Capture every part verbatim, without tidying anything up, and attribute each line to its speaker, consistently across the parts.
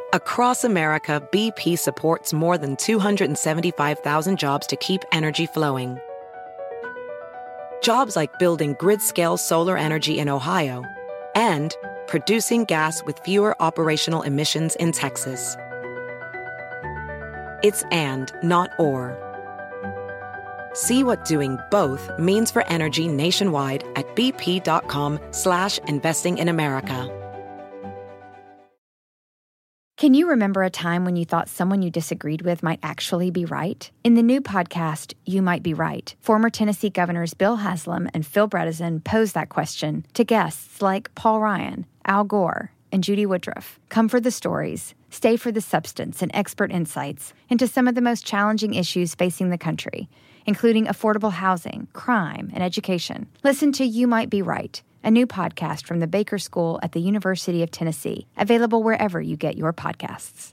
Speaker 1: Across America, B P supports more than two hundred seventy-five thousand jobs to keep energy flowing. Jobs like building grid-scale solar energy in Ohio and producing gas with fewer operational emissions in Texas. It's and, not or. See what doing both means for energy nationwide at bp.com slash investing in America.
Speaker 2: Can you remember a time when you thought someone you disagreed with might actually be right? In the new podcast, You Might Be Right, former Tennessee Governors Bill Haslam and Phil Bredesen pose that question to guests like Paul Ryan, Al Gore, and Judy Woodruff. Come for the stories, stay for the substance and expert insights into some of the most challenging issues facing the country, including affordable housing, crime, and education. Listen to You Might Be Right, a new podcast from the Baker School at the University of Tennessee, available wherever you get your podcasts.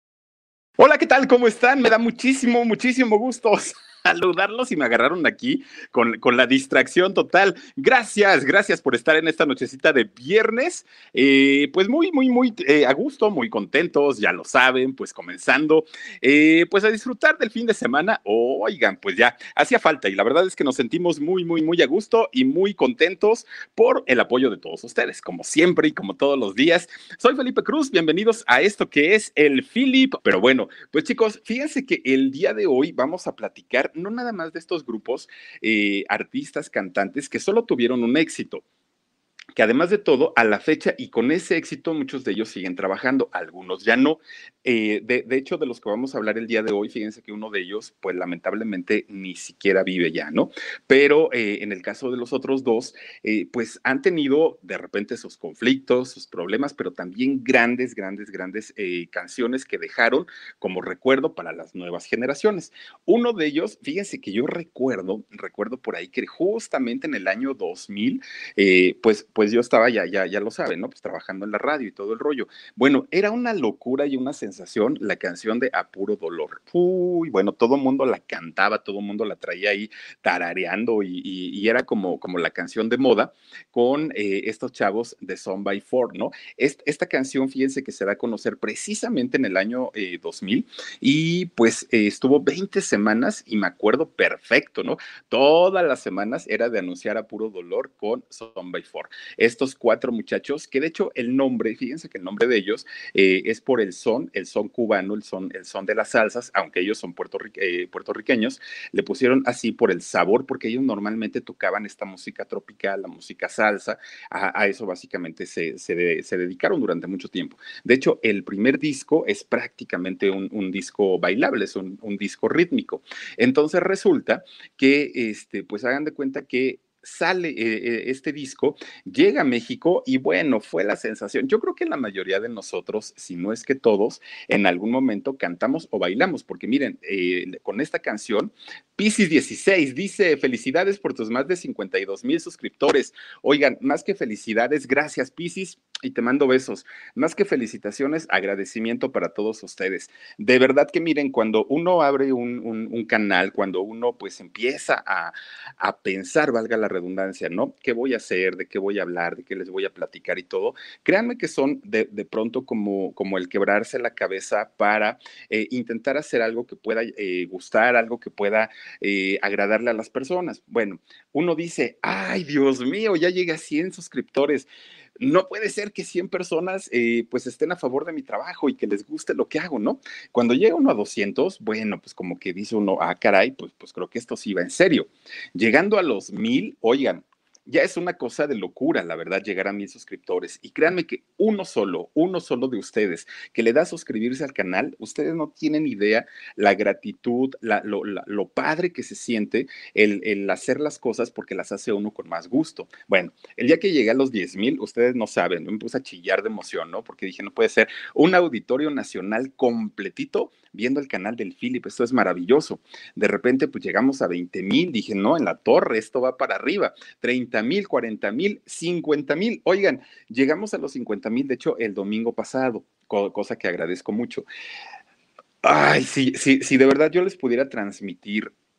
Speaker 3: Hola, ¿qué tal? ¿Cómo están? Me da muchísimo, muchísimo gusto saludarlos y me agarraron aquí con, con la distracción total. Gracias, gracias por estar en esta nochecita de viernes. Eh, pues muy, muy, muy eh, a gusto, muy contentos, ya lo saben, pues comenzando eh, pues a disfrutar del fin de semana. Oh, oigan, pues ya hacía falta y la verdad es que nos sentimos muy, muy, muy a gusto y muy contentos por el apoyo de todos ustedes, como siempre y como todos los días. Soy Felipe Cruz, bienvenidos a esto que es el Philip. Pero bueno, pues chicos, fíjense que el día de hoy vamos a platicar no nada más de estos grupos, eh, artistas, cantantes que solo tuvieron un éxito, que además de todo, a la fecha y con ese éxito, muchos de ellos siguen trabajando, algunos ya no. Eh, de, de hecho, de los que vamos a hablar el día de hoy, fíjense que uno de ellos, pues lamentablemente ni siquiera vive ya, ¿no? Pero eh, en el caso de los otros dos, eh, pues han tenido de repente sus conflictos, sus problemas, pero también grandes, grandes, grandes eh, canciones que dejaron como recuerdo para las nuevas generaciones. Uno de ellos, fíjense que yo recuerdo, recuerdo por ahí que justamente en el año dos mil, eh, pues, pues yo estaba ya, ya, ya lo saben, ¿no? Pues trabajando en la radio y todo el rollo. Bueno, era una locura y una sensación la canción de A Puro Dolor. Uy, bueno, todo el mundo la cantaba, todo el mundo la traía ahí tarareando y, y, y era como, como la canción de moda con eh, estos chavos de Son by Four, ¿no? Esta, esta canción, fíjense que se da a conocer precisamente en el año eh, dos mil y pues eh, estuvo veinte semanas y me acuerdo perfecto, ¿no? Todas las semanas era de anunciar A Puro Dolor con Son by Four. Estos cuatro muchachos, que de hecho el nombre, fíjense que el nombre de ellos eh, es por el son, el son cubano, el son, el son de las salsas, aunque ellos son puertorrique, eh, puertorriqueños, le pusieron así por el sabor, porque ellos normalmente tocaban esta música tropical, la música salsa, a, a eso básicamente se, se, de, se dedicaron durante mucho tiempo. De hecho, el primer disco es prácticamente un, un disco bailable, es un, un disco rítmico. Entonces resulta que, este, pues hagan de cuenta que sale eh, este disco, llega a México y bueno, fue la sensación. Yo creo que la mayoría de nosotros, si no es que todos, en algún momento cantamos o bailamos, porque miren, eh, con esta canción, Piscis dieciséis dice, felicidades por tus más de cincuenta y dos mil suscriptores. Oigan, más que felicidades, gracias Piscis, y te mando besos. Más que felicitaciones, agradecimiento para todos ustedes. De verdad que miren, cuando uno abre un, un, un canal, cuando uno pues empieza a, a pensar, valga la redundancia, ¿no? ¿Qué voy a hacer? ¿De qué voy a hablar? ¿De qué les voy a platicar y todo? Créanme que son de, de pronto como, como el quebrarse la cabeza para eh, intentar hacer algo que pueda eh, gustar, algo que pueda eh, agradarle a las personas. Bueno, uno dice, ay, Dios mío, ya llegué a cien suscriptores. No puede ser que cien personas eh, pues estén a favor de mi trabajo y que les guste lo que hago, ¿no? Cuando llega uno a doscientos, bueno, pues como que dice uno, ah, caray, pues, pues creo que esto sí va en serio. Llegando a los mil, oigan, ya es una cosa de locura, la verdad, llegar a mil suscriptores. Y créanme que uno solo, uno solo de ustedes que le da a suscribirse al canal, ustedes no tienen idea la gratitud, la, lo, la, lo padre que se siente el, el hacer las cosas porque las hace uno con más gusto. Bueno, el día que llegué a los diez mil, ustedes no saben, me puse a chillar de emoción, ¿no? Porque dije, no puede ser un auditorio nacional completito viendo el canal del Philip, esto es maravilloso. De repente, pues llegamos a veinte mil, dije, no, en la torre, esto va para arriba. treinta mil, cuarenta mil, cincuenta mil. Oigan, llegamos a los cincuenta mil, de hecho, el domingo pasado, cosa que agradezco mucho. Ay, sí, sí, sí, de verdad yo les pudiera transmitir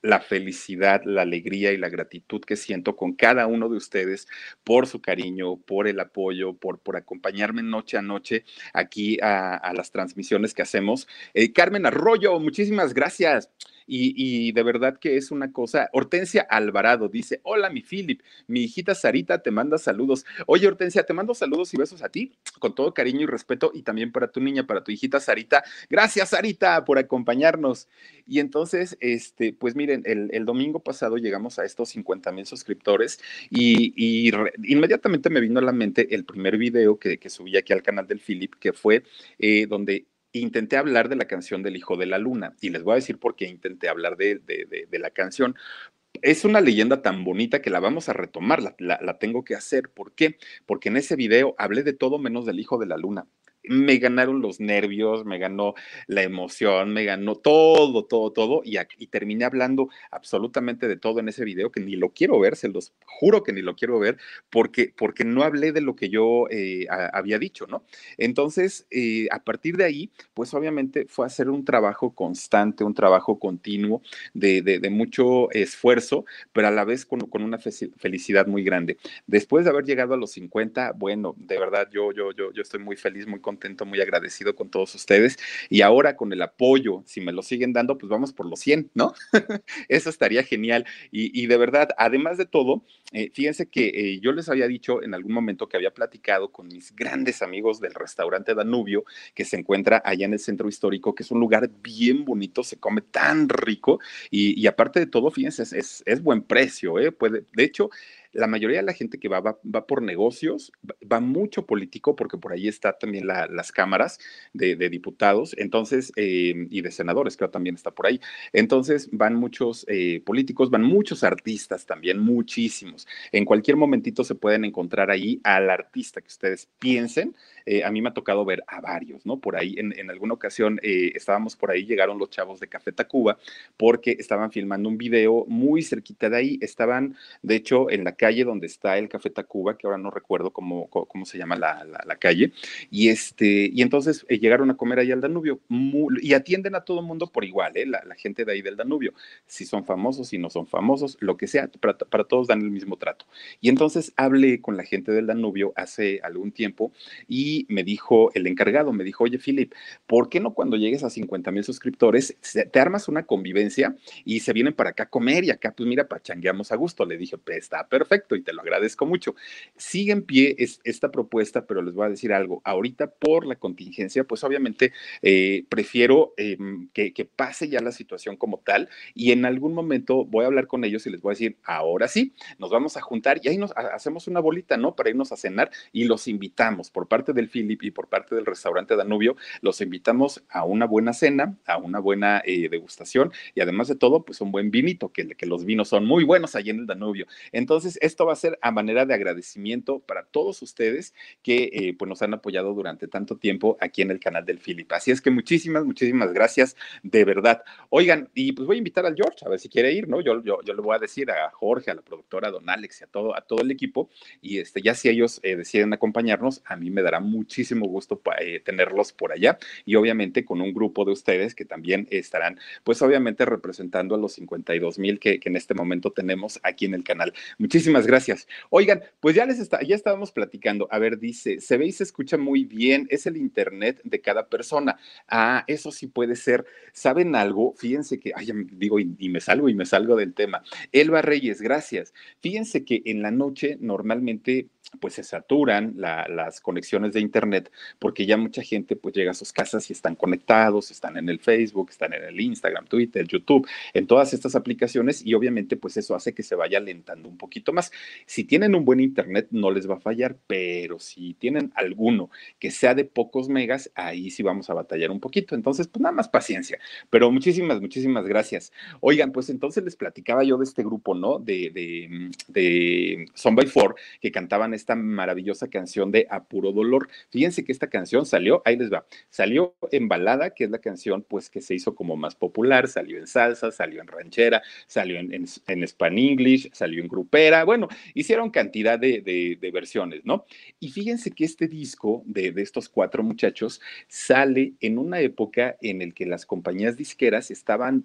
Speaker 3: la felicidad, la alegría y la gratitud que siento con cada uno de ustedes por su cariño, por el apoyo, por, por acompañarme noche a noche aquí a, a las transmisiones que hacemos. Eh, Carmen Arroyo, muchísimas gracias. Y, y, de verdad que es una cosa. Hortensia Alvarado dice, hola mi Philip, mi hijita Sarita te manda saludos. Oye Hortensia, te mando saludos y besos a ti, con todo cariño y respeto, y también para tu niña, para tu hijita Sarita. Gracias Sarita por acompañarnos. Y entonces, este, pues miren, el, el domingo pasado llegamos a estos cincuenta mil suscriptores y, y re, inmediatamente me vino a la mente el primer video que, que subí aquí al canal del Philip, que fue eh, donde intenté hablar de la canción del Hijo de la Luna, y les voy a decir por qué intenté hablar de, de, de, de la canción. Es una leyenda tan bonita que la vamos a retomar, la, la, la tengo que hacer. ¿Por qué? Porque en ese video hablé de todo menos del Hijo de la Luna. Me ganaron los nervios, me ganó la emoción, me ganó todo, todo, todo, y, y terminé hablando absolutamente de todo en ese video, que ni lo quiero ver, se los juro que ni lo quiero ver, porque, porque no hablé de lo que yo eh, a, había dicho, ¿no? Entonces, eh, a partir de ahí, pues obviamente fue hacer un trabajo constante, un trabajo continuo, de, de, de mucho esfuerzo, pero a la vez con, con una felicidad muy grande. Después de haber llegado a los cincuenta, bueno, de verdad, yo, yo, yo, yo estoy muy feliz, muy contento, contento, muy agradecido con todos ustedes, y ahora con el apoyo, si me lo siguen dando, pues vamos por los cien, ¿no? Eso estaría genial, y, y de verdad, además de todo, eh, fíjense que eh, yo les había dicho en algún momento que había platicado con mis grandes amigos del restaurante Danubio, que se encuentra allá en el centro histórico, que es un lugar bien bonito, se come tan rico, y, y aparte de todo, fíjense, es, es, es buen precio, ¿eh? Puede, de hecho, la mayoría de la gente que va, va, va por negocios, va, va mucho político, porque por ahí está también la, las cámaras de, de diputados, entonces, eh, y de senadores, creo también está por ahí. Entonces, van muchos eh, políticos, van muchos artistas también, muchísimos. En cualquier momentito se pueden encontrar ahí al artista que ustedes piensen. Eh, a mí me ha tocado ver a varios, ¿no? Por ahí, en, en alguna ocasión, eh, estábamos por ahí, llegaron los chavos de Café Tacuba, porque estaban filmando un video muy cerquita de ahí. Estaban, de hecho, en la calle donde está el Café Tacuba, que ahora no recuerdo cómo, cómo, cómo se llama la, la, la calle, y, este, y entonces eh, llegaron a comer ahí al Danubio, muy, y atienden a todo el mundo por igual, ¿eh? La, la gente de ahí del Danubio, si son famosos, si no son famosos, lo que sea, para, para todos dan el mismo trato. Y entonces hablé con la gente del Danubio hace algún tiempo, y me dijo el encargado, me dijo, oye, Philip, ¿por qué no cuando llegues a cincuenta mil suscriptores te armas una convivencia y se vienen para acá a comer, y acá, pues mira, pachangueamos a gusto? Le dije, pues está perfecto y te lo agradezco mucho. Sigue en pie es, esta propuesta, pero les voy a decir algo. Ahorita, por la contingencia, pues obviamente eh, prefiero eh, que, que pase ya la situación como tal, y en algún momento voy a hablar con ellos y les voy a decir, ahora sí, nos vamos a juntar y ahí nos hacemos una bolita, ¿no? Para irnos a cenar, y los invitamos por parte del Philip y por parte del restaurante Danubio, los invitamos a una buena cena, a una buena eh, degustación, y además de todo, pues un buen vinito, que, que los vinos son muy buenos allí en el Danubio. Entonces, esto va a ser a manera de agradecimiento para todos ustedes que eh, pues nos han apoyado durante tanto tiempo aquí en el canal del Philip. Así es que muchísimas, muchísimas gracias, de verdad. Oigan, y pues voy a invitar al George, a ver si quiere ir, ¿no? Yo, yo, yo le voy a decir a Jorge, a la productora, a don Alex y a todo, a todo el equipo, y este, ya si ellos eh, deciden acompañarnos, a mí me dará muchísimo gusto eh, tenerlos por allá, y obviamente con un grupo de ustedes que también estarán, pues obviamente representando a los cincuenta y dos mil que, que en este momento tenemos aquí en el canal. Muchísimas gracias. Oigan, pues ya les está, ya estábamos platicando. A ver, dice, se ve y se escucha muy bien, es el internet de cada persona. Ah, eso sí puede ser. ¿Saben algo? Fíjense que, ay, digo, y, y me salgo y me salgo del tema. Elba Reyes, gracias. Fíjense que en la noche normalmente pues se saturan la, las conexiones de internet, porque ya mucha gente pues llega a sus casas y están conectados, están en el Facebook, están en el Instagram, Twitter, YouTube, en todas estas aplicaciones, y obviamente pues eso hace que se vaya alentando un poquito más. Si tienen un buen internet no les va a fallar, pero si tienen alguno que sea de pocos megas, ahí sí vamos a batallar un poquito. Entonces pues nada más paciencia, pero muchísimas, muchísimas gracias. Oigan, pues entonces les platicaba yo de este grupo, ¿no? De, de, de Son by Four, que cantaban esta maravillosa canción de A Puro Dolor. Fíjense que esta canción salió, ahí les va, salió en balada, que es la canción pues que se hizo como más popular, salió en salsa, salió en ranchera, salió en, en, en Spanglish, salió en grupera, bueno, hicieron cantidad de, de, de versiones, ¿no? Y fíjense que este disco de, de estos cuatro muchachos sale en una época en el que las compañías disqueras estaban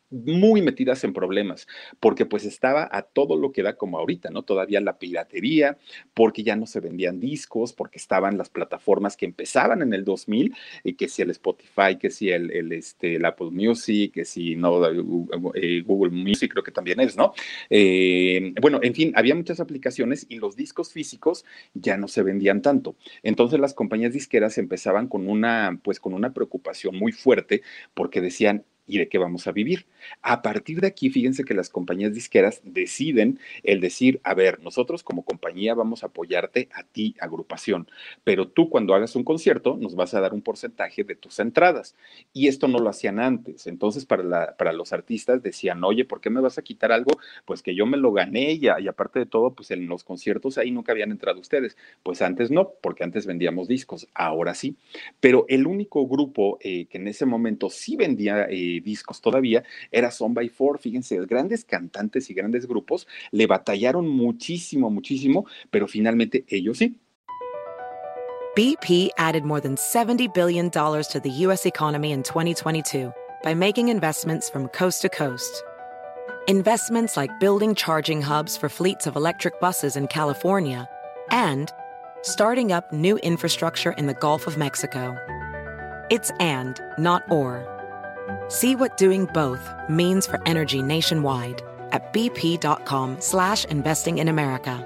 Speaker 3: muy metidas en problemas, porque pues estaba a todo lo que da como ahorita, ¿no? Todavía la piratería, porque ya no se vendían discos, porque estaban las plataformas que empezaban en el dos mil, y que si el Spotify, que si el, el, este, el Apple Music, que si no, eh, Google Music creo que también es, ¿no? Eh, bueno, en fin, había muchas aplicaciones y los discos físicos ya no se vendían tanto. Entonces las compañías disqueras empezaban con una, pues con una preocupación muy fuerte porque decían, ¿y de qué vamos a vivir? A partir de aquí, fíjense que las compañías disqueras deciden el decir, a ver, nosotros como compañía vamos a apoyarte a ti, agrupación, pero tú cuando hagas un concierto nos vas a dar un porcentaje de tus entradas. Y esto no lo hacían antes. Entonces, para, la, para los artistas decían, oye, ¿por qué me vas a quitar algo? Pues que yo me lo gané y, y aparte de todo, pues en los conciertos ahí nunca habían entrado ustedes. Pues antes no, porque antes vendíamos discos, ahora sí. Pero el único grupo eh, que en ese momento sí vendía eh, discos todavía era Son by Four. Fíjense, grandes cantantes y grandes grupos le batallaron muchísimo, muchísimo, pero finalmente ellos sí.
Speaker 1: B P added more than seventy billion dollars to the U S economy in twenty twenty-two by making investments from coast to coast. Investments like building charging hubs for fleets of electric buses in California and starting up new infrastructure in the Gulf of Mexico. It's and, not or. See what doing both means for energy nationwide at bp.com slash investing in America.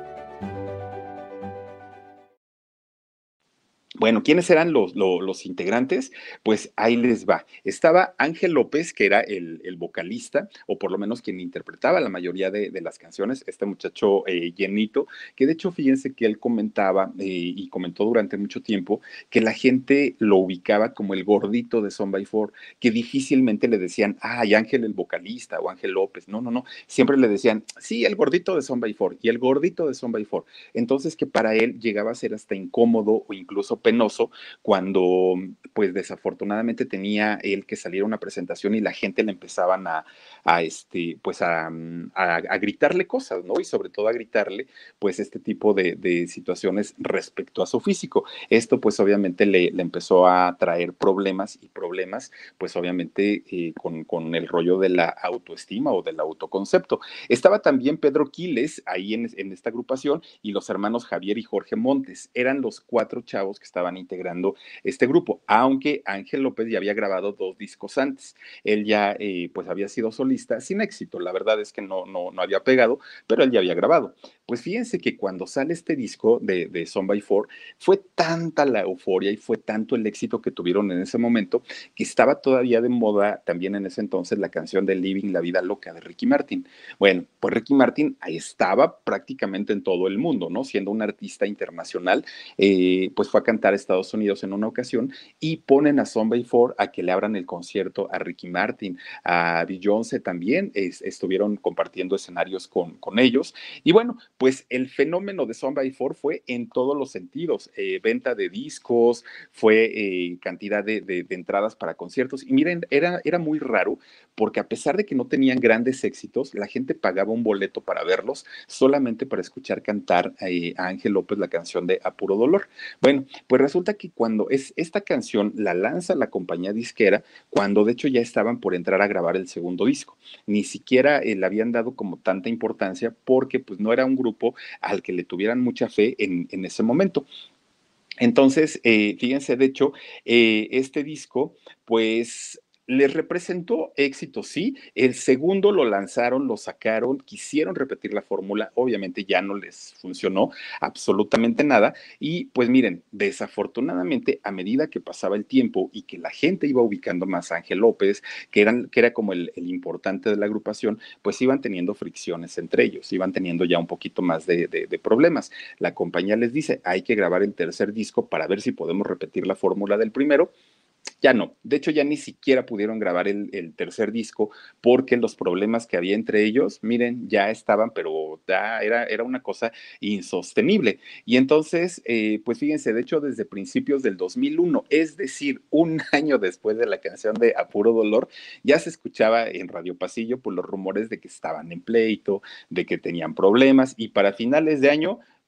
Speaker 3: Bueno, ¿quiénes eran los, los, los, integrantes? Pues ahí les va. Estaba Ángel López, que era el, el vocalista, o por lo menos quien interpretaba la mayoría de, de las canciones, este muchacho eh, llenito, que de hecho fíjense que él comentaba eh, y comentó durante mucho tiempo que la gente lo ubicaba como el gordito de Son by Four, que difícilmente le decían, ay, Ángel el vocalista o Ángel López. No, no, no. Siempre le decían, sí, el gordito de Son by Four y el gordito de Son by Four. Entonces que para él llegaba a ser hasta incómodo o incluso penoso cuando pues desafortunadamente tenía él que salir a una presentación y la gente le empezaban a, a este pues a, a, a gritarle cosas, ¿no? Y sobre todo a gritarle pues este tipo de, de situaciones respecto a su físico. Esto pues obviamente le, le empezó a traer problemas y problemas pues obviamente eh, con, con el rollo de la autoestima o del autoconcepto. Estaba también Pedro Quiles ahí en, en esta agrupación y los hermanos Javier y Jorge Montes. Eran los cuatro chavos que estaban integrando este grupo, aunque Ángel López ya había grabado dos discos antes. Él ya eh, pues había sido solista sin éxito, la verdad es que no, no, no había pegado, pero él ya había grabado. Pues fíjense que cuando sale este disco de, de Son by Four, fue tanta la euforia y fue tanto el éxito que tuvieron en ese momento que estaba todavía de moda también en ese entonces la canción de Living la Vida Loca de Ricky Martin. Bueno, pues Ricky Martin ahí estaba prácticamente en todo el mundo, ¿no? Siendo un artista internacional, eh, pues fue a cantar a Estados Unidos en una ocasión y ponen a Son by Four a que le abran el concierto a Ricky Martin, a Beyoncé también, es, estuvieron compartiendo escenarios con, con ellos. Y bueno, pues el fenómeno de Son by Four fue en todos los sentidos, eh, venta de discos, fue eh, cantidad de, de, de entradas para conciertos. Y miren, era, era muy raro porque a pesar de que no tenían grandes éxitos, la gente pagaba un boleto para verlos solamente para escuchar cantar eh, a Ángel López la canción de A Puro Dolor. Bueno, pues resulta que cuando es esta canción la lanza la compañía disquera, cuando de hecho ya estaban por entrar a grabar el segundo disco, ni siquiera eh, le habían dado como tanta importancia porque pues no era un grupo al que le tuvieran mucha fe en, en ese momento. Entonces, eh, fíjense, de hecho, eh, este disco, pues les representó éxito, sí. El segundo lo lanzaron, lo sacaron, quisieron repetir la fórmula, obviamente ya no les funcionó absolutamente nada. Y pues miren, desafortunadamente, a medida que pasaba el tiempo y que la gente iba ubicando más a Ángel López, que, eran, que era como el, el importante de la agrupación, pues iban teniendo fricciones entre ellos, iban teniendo ya un poquito más de, de, de problemas. La compañía les dice, hay que grabar el tercer disco para ver si podemos repetir la fórmula del primero. Ya no, de hecho ya ni siquiera pudieron grabar el, el tercer disco porque los problemas que había entre ellos, miren, ya estaban, pero ya era, era una cosa insostenible. Y entonces, eh, pues fíjense, de hecho desde principios del dos mil uno, es decir, un año después de la canción de A Puro Dolor, ya se escuchaba en Radio Pasillo por los rumores de que estaban en pleito, de que tenían problemas y para finales de año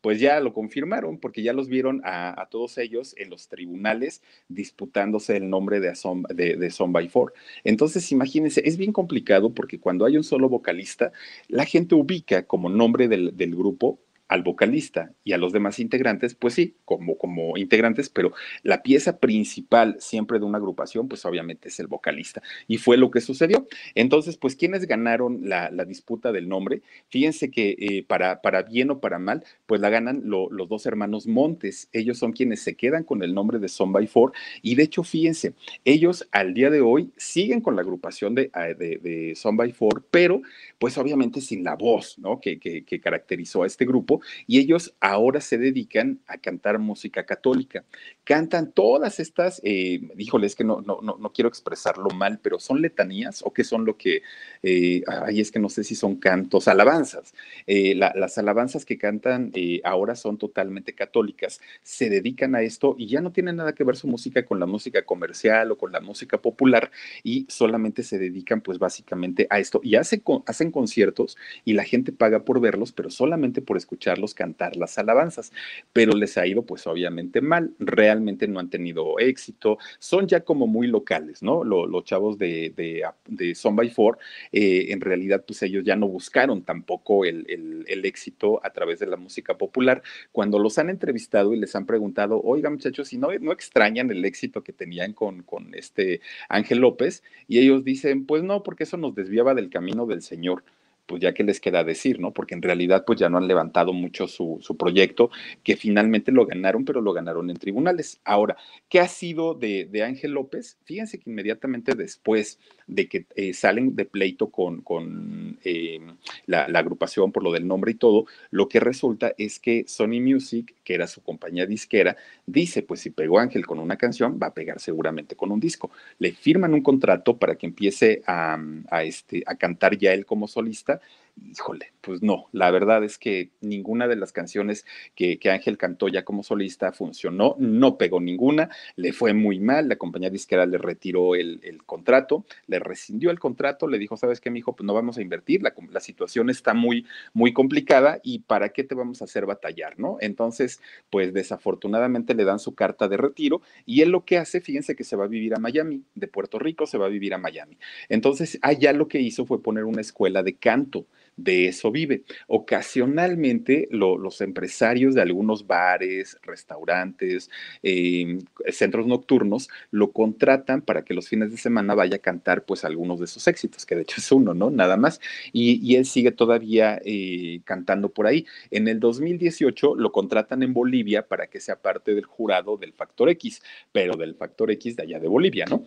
Speaker 3: pues ya lo confirmaron porque ya los vieron a, a todos ellos en los tribunales disputándose el nombre de, Son, de, de Son by Four. Entonces, imagínense, es bien complicado porque cuando hay un solo vocalista, la gente ubica como nombre del, del grupo al vocalista y a los demás integrantes, pues sí, como, como integrantes, pero la pieza principal siempre de una agrupación, pues obviamente es el vocalista. Y fue lo que sucedió. Entonces, pues, ¿quiénes ganaron la, la disputa del nombre? Fíjense que eh, para, para bien o para mal, pues la ganan lo, los dos hermanos Montes. Ellos son quienes se quedan con el nombre de Son by Four. Y de hecho, fíjense, ellos al día de hoy siguen con la agrupación de, de, de Son by Four, pero pues obviamente sin la voz, ¿no? Que, que, que caracterizó a este grupo, y ellos ahora se dedican a cantar música católica. Cantan todas estas, eh, híjole, es que no, no, no, no quiero expresarlo mal, pero son letanías o qué son lo que, eh, ay, es que no sé si son cantos, alabanzas. Eh, la, las alabanzas que cantan eh, ahora son totalmente católicas, se dedican a esto y ya no tienen nada que ver su música con la música comercial o con la música popular y solamente se dedican pues básicamente a esto y hace, hacen conciertos y la gente paga por verlos, pero solamente por escucharlos cantar las alabanzas, pero les ha ido pues obviamente mal, realmente no han tenido éxito, son ya como muy locales, ¿no? Los, los chavos de, de, de Son by Four, eh, en realidad pues ellos ya no buscaron tampoco el, el, el éxito a través de la música popular. Cuando los han entrevistado y les han preguntado, oiga muchachos, si no, no extrañan el éxito que tenían con, con este Ángel López, y ellos dicen, pues no, porque eso nos desviaba del camino del Señor. Pues ya que les queda decir, ¿no? Porque en realidad pues ya no han levantado mucho su, su proyecto, que finalmente lo ganaron, pero lo ganaron en tribunales. Ahora, ¿qué ha sido de, de Ángel López? Fíjense que inmediatamente después de que eh, salen de pleito con, con eh, la, la agrupación por lo del nombre y todo, lo que resulta es que Sony Music, que era su compañía disquera, dice, pues si pegó Ángel con una canción, va a pegar seguramente con un disco. Le firman un contrato para que empiece a, a, este, a cantar ya él como solista. Híjole, pues no, la verdad es que ninguna de las canciones que, que Ángel cantó ya como solista funcionó, no pegó ninguna, le fue muy mal, la compañía disquera le retiró el, el contrato, le rescindió el contrato, le dijo, ¿sabes qué, mijo? Pues no vamos a invertir, la, la situación está muy, muy complicada y ¿para qué te vamos a hacer batallar, no? Entonces, pues desafortunadamente le dan su carta de retiro y él lo que hace, fíjense que se va a vivir a Miami, de Puerto Rico se va a vivir a Miami. Entonces, allá lo que hizo fue poner una escuela de canto. De eso vive. Ocasionalmente lo, los empresarios de algunos bares, restaurantes, eh, centros nocturnos lo contratan para que los fines de semana vaya a cantar pues algunos de sus éxitos, que de hecho es uno, ¿no? Nada más. Y, y él sigue todavía eh, cantando por ahí. En el dos mil dieciocho lo contratan en Bolivia para que sea parte del jurado del Factor X, pero del Factor X de allá de Bolivia, ¿no?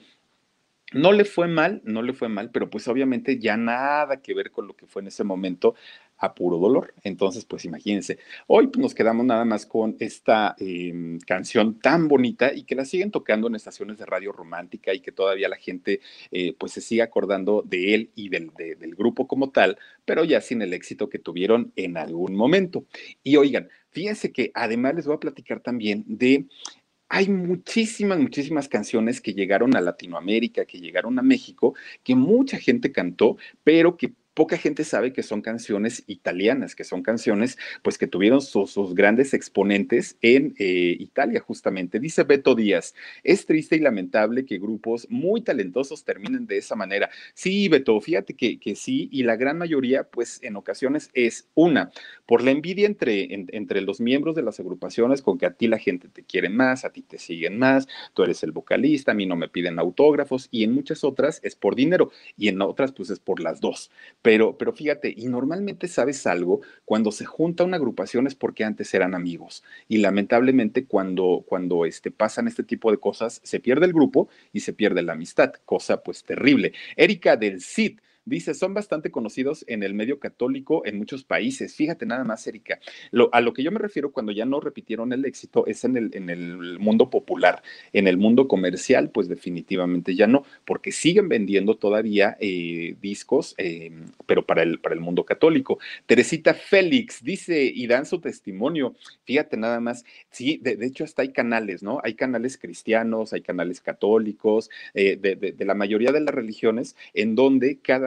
Speaker 3: No le fue mal, no le fue mal, pero pues obviamente ya nada que ver con lo que fue en ese momento a puro dolor. Entonces, pues imagínense, hoy pues, nos quedamos nada más con esta eh, canción tan bonita y que la siguen tocando en estaciones de radio romántica y que todavía la gente eh, pues se sigue acordando de él y del, de, del grupo como tal, pero ya sin el éxito que tuvieron en algún momento. Y oigan, fíjense que además les voy a platicar también de hay muchísimas, muchísimas canciones que llegaron a Latinoamérica, que llegaron a México, que mucha gente cantó, pero que poca gente sabe que son canciones italianas, que son canciones pues que tuvieron sus, sus grandes exponentes en eh, Italia justamente. Dice Beto Díaz, es triste y lamentable que grupos muy talentosos terminen de esa manera. Sí, Beto, fíjate que, que sí, y la gran mayoría pues en ocasiones es una, por la envidia entre, en, entre los miembros de las agrupaciones con que a ti la gente te quiere más, a ti te siguen más, tú eres el vocalista, a mí no me piden autógrafos y en muchas otras es por dinero y en otras pues es por las dos. Pero, pero fíjate, y normalmente sabes algo, cuando se junta una agrupación es porque antes eran amigos y lamentablemente cuando, cuando este, pasan este tipo de cosas se pierde el grupo y se pierde la amistad, cosa pues terrible. Erika del Cid dice, son bastante conocidos en el medio católico en muchos países. Fíjate nada más, Erika. Lo, a lo que yo me refiero cuando ya no repitieron el éxito es en el, en el mundo popular. En el mundo comercial, pues definitivamente ya no, porque siguen vendiendo todavía eh, discos, eh, pero para el, para el mundo católico. Teresita Félix dice, y dan su testimonio. Fíjate nada más. Sí, de, de hecho hasta hay canales, ¿no? Hay canales cristianos, hay canales católicos, eh, de, de, de la mayoría de las religiones, en donde cada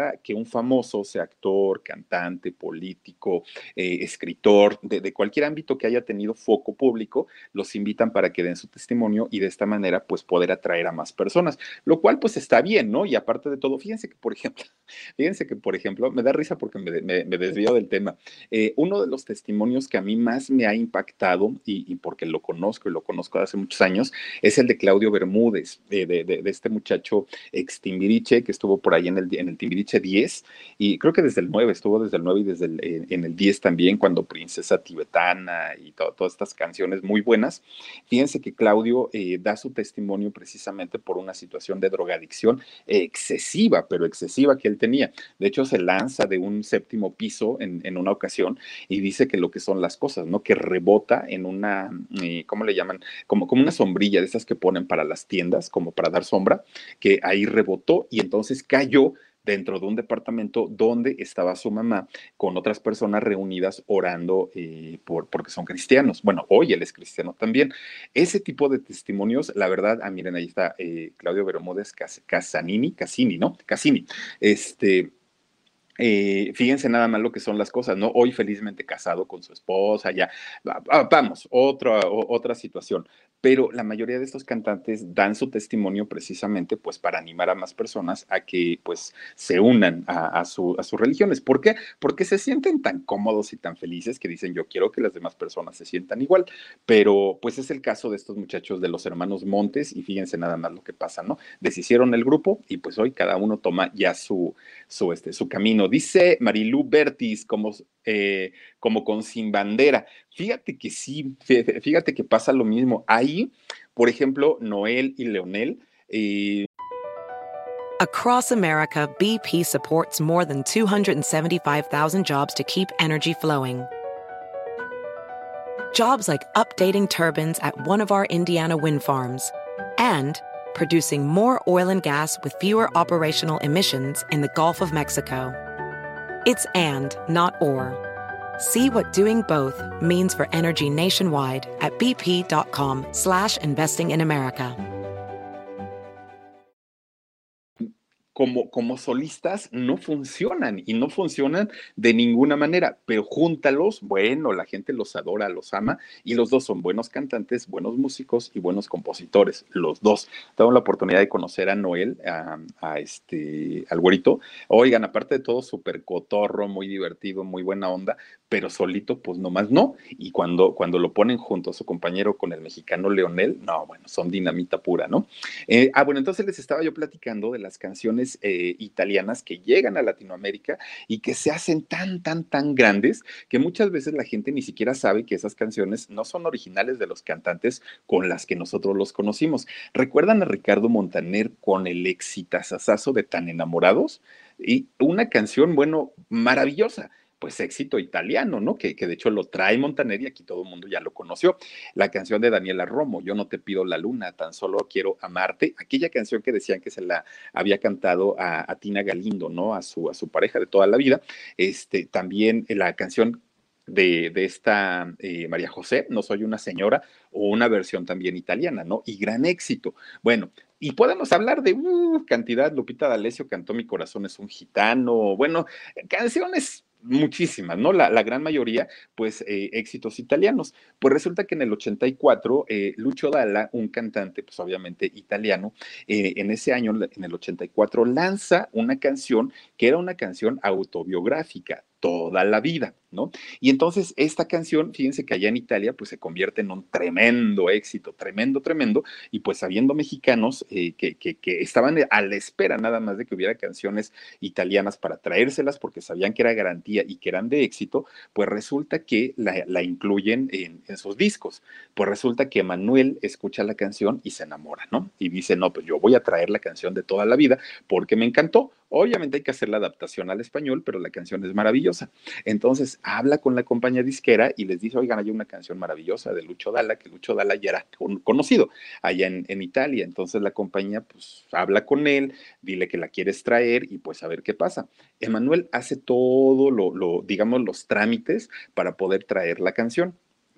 Speaker 3: pasa que un famoso, sea actor, cantante, político, eh, escritor, de, de cualquier ámbito que haya tenido foco público, los invitan para que den su testimonio y de esta manera pues poder atraer a más personas, lo cual pues está bien, ¿no? Y aparte de todo, fíjense que por ejemplo, fíjense que por ejemplo, me da risa porque me, me, me desvío del tema. Eh, uno de los testimonios que a mí más me ha impactado y, y porque lo conozco y lo conozco de hace muchos años es el de Claudio Bermúdez, de, de, de, de este muchacho ex Timbiriche que estuvo por ahí en el, en el Timbiriche diez y creo que desde el nueve, estuvo desde el nueve y desde el, en, en el diez también cuando Princesa Tibetana y to, todas estas canciones muy buenas. Fíjense que Claudio eh, da su testimonio precisamente por una situación de drogadicción excesiva, pero excesiva que él tenía. De hecho, se lanza de un séptimo piso en, en una ocasión y dice que lo que son las cosas, ¿no? Que rebota en una, eh, ¿cómo le llaman? Como, como una sombrilla de esas que ponen para las tiendas, como para dar sombra, que ahí rebotó y entonces cayó dentro de un departamento donde estaba su mamá con otras personas reunidas orando eh, por, porque son cristianos. Bueno, hoy él es cristiano también. Ese tipo de testimonios, la verdad, ah, miren, ahí está eh, Claudio Bermúdez Cas Casanini, Cassini, ¿no? Cassini. Este, eh, fíjense nada más lo que son las cosas, ¿no? Hoy felizmente casado con su esposa, ya, vamos, otra, otra situación. Pero la mayoría de estos cantantes dan su testimonio precisamente pues para animar a más personas a que pues se unan a, a, su, a sus religiones. ¿Por qué? Porque se sienten tan cómodos y tan felices que dicen yo quiero que las demás personas se sientan igual. Pero pues es el caso de estos muchachos de los hermanos Montes y fíjense nada más lo que pasa, ¿no? Deshicieron el grupo y pues hoy cada uno toma ya su, su, este, su camino. Dice Marilú Bertis como, eh, como con Sin Bandera. Fíjate que sí, fíjate que pasa lo mismo. Ahí, por ejemplo, Noel y Leonel. Eh...
Speaker 1: Across America, B P supports more than two hundred seventy-five thousand jobs to keep energy flowing. Jobs like updating turbines at one of our Indiana wind farms and producing more oil and gas with fewer operational emissions in the Gulf of Mexico. It's and, not or. See what doing both means for energy nationwide at bp.com slash investing in America.
Speaker 3: Como, como solistas no funcionan y no funcionan de ninguna manera, pero júntalos, bueno, la gente los adora, los ama y los dos son buenos cantantes, buenos músicos y buenos compositores, los dos. Tengo la oportunidad de conocer a Noel, a, a este, al güerito. Oigan, aparte de todo, súper cotorro, muy divertido, muy buena onda, pero solito, pues nomás no. Y cuando, cuando lo ponen junto a su compañero con el mexicano Leonel, no, bueno, son dinamita pura, ¿no? Eh, ah, bueno, entonces les estaba yo platicando de las canciones Eh, italianas que llegan a Latinoamérica y que se hacen tan, tan, tan grandes que muchas veces la gente ni siquiera sabe que esas canciones no son originales de los cantantes con las que nosotros los conocimos. ¿Recuerdan a Ricardo Montaner con el exitazazazo de Tan Enamorados? Y una canción, bueno, maravillosa. Pues éxito italiano, ¿no? Que, que de hecho lo trae Montaner y aquí todo el mundo ya lo conoció. La canción de Daniela Romo, Yo no te pido la luna, tan solo quiero amarte. Aquella canción que decían que se la había cantado a, a Tina Galindo, ¿no? A su, a su pareja de toda la vida. Este, también la canción de, de esta eh, María José, No soy una señora, o una versión también italiana, ¿no? Y gran éxito. Bueno, y podemos hablar de uh, cantidad. Lupita D'Alessio cantó Mi corazón es un gitano. Bueno, canciones muchísimas, ¿no? La, la gran mayoría, pues, eh, éxitos italianos. Pues resulta que en el ochenta y cuatro, eh, Lucio Dalla, un cantante, pues obviamente italiano, eh, en ese año, en el ochenta y cuatro, lanza una canción que era una canción autobiográfica, Toda la vida, ¿no? Y entonces esta canción, fíjense que allá en Italia, pues se convierte en un tremendo éxito, tremendo, tremendo, y pues habiendo mexicanos eh, que, que, que estaban a la espera nada más de que hubiera canciones italianas para traérselas porque sabían que era garantía y que eran de éxito, pues resulta que la, la incluyen en, en sus discos. Pues resulta que Manuel escucha la canción y se enamora, ¿no? Y dice, no, pues yo voy a traer la canción de Toda la vida porque me encantó. Obviamente hay que hacer la adaptación al español, pero la canción es maravillosa. Entonces habla con la compañía disquera y les dice, oigan, hay una canción maravillosa de Lucio Dalla, que Lucio Dalla ya era conocido allá en, en Italia. Entonces la compañía pues habla con él, dile que la quieres traer y pues a ver qué pasa. Emanuel hace todo lo, lo digamos, los trámites para poder traer la canción.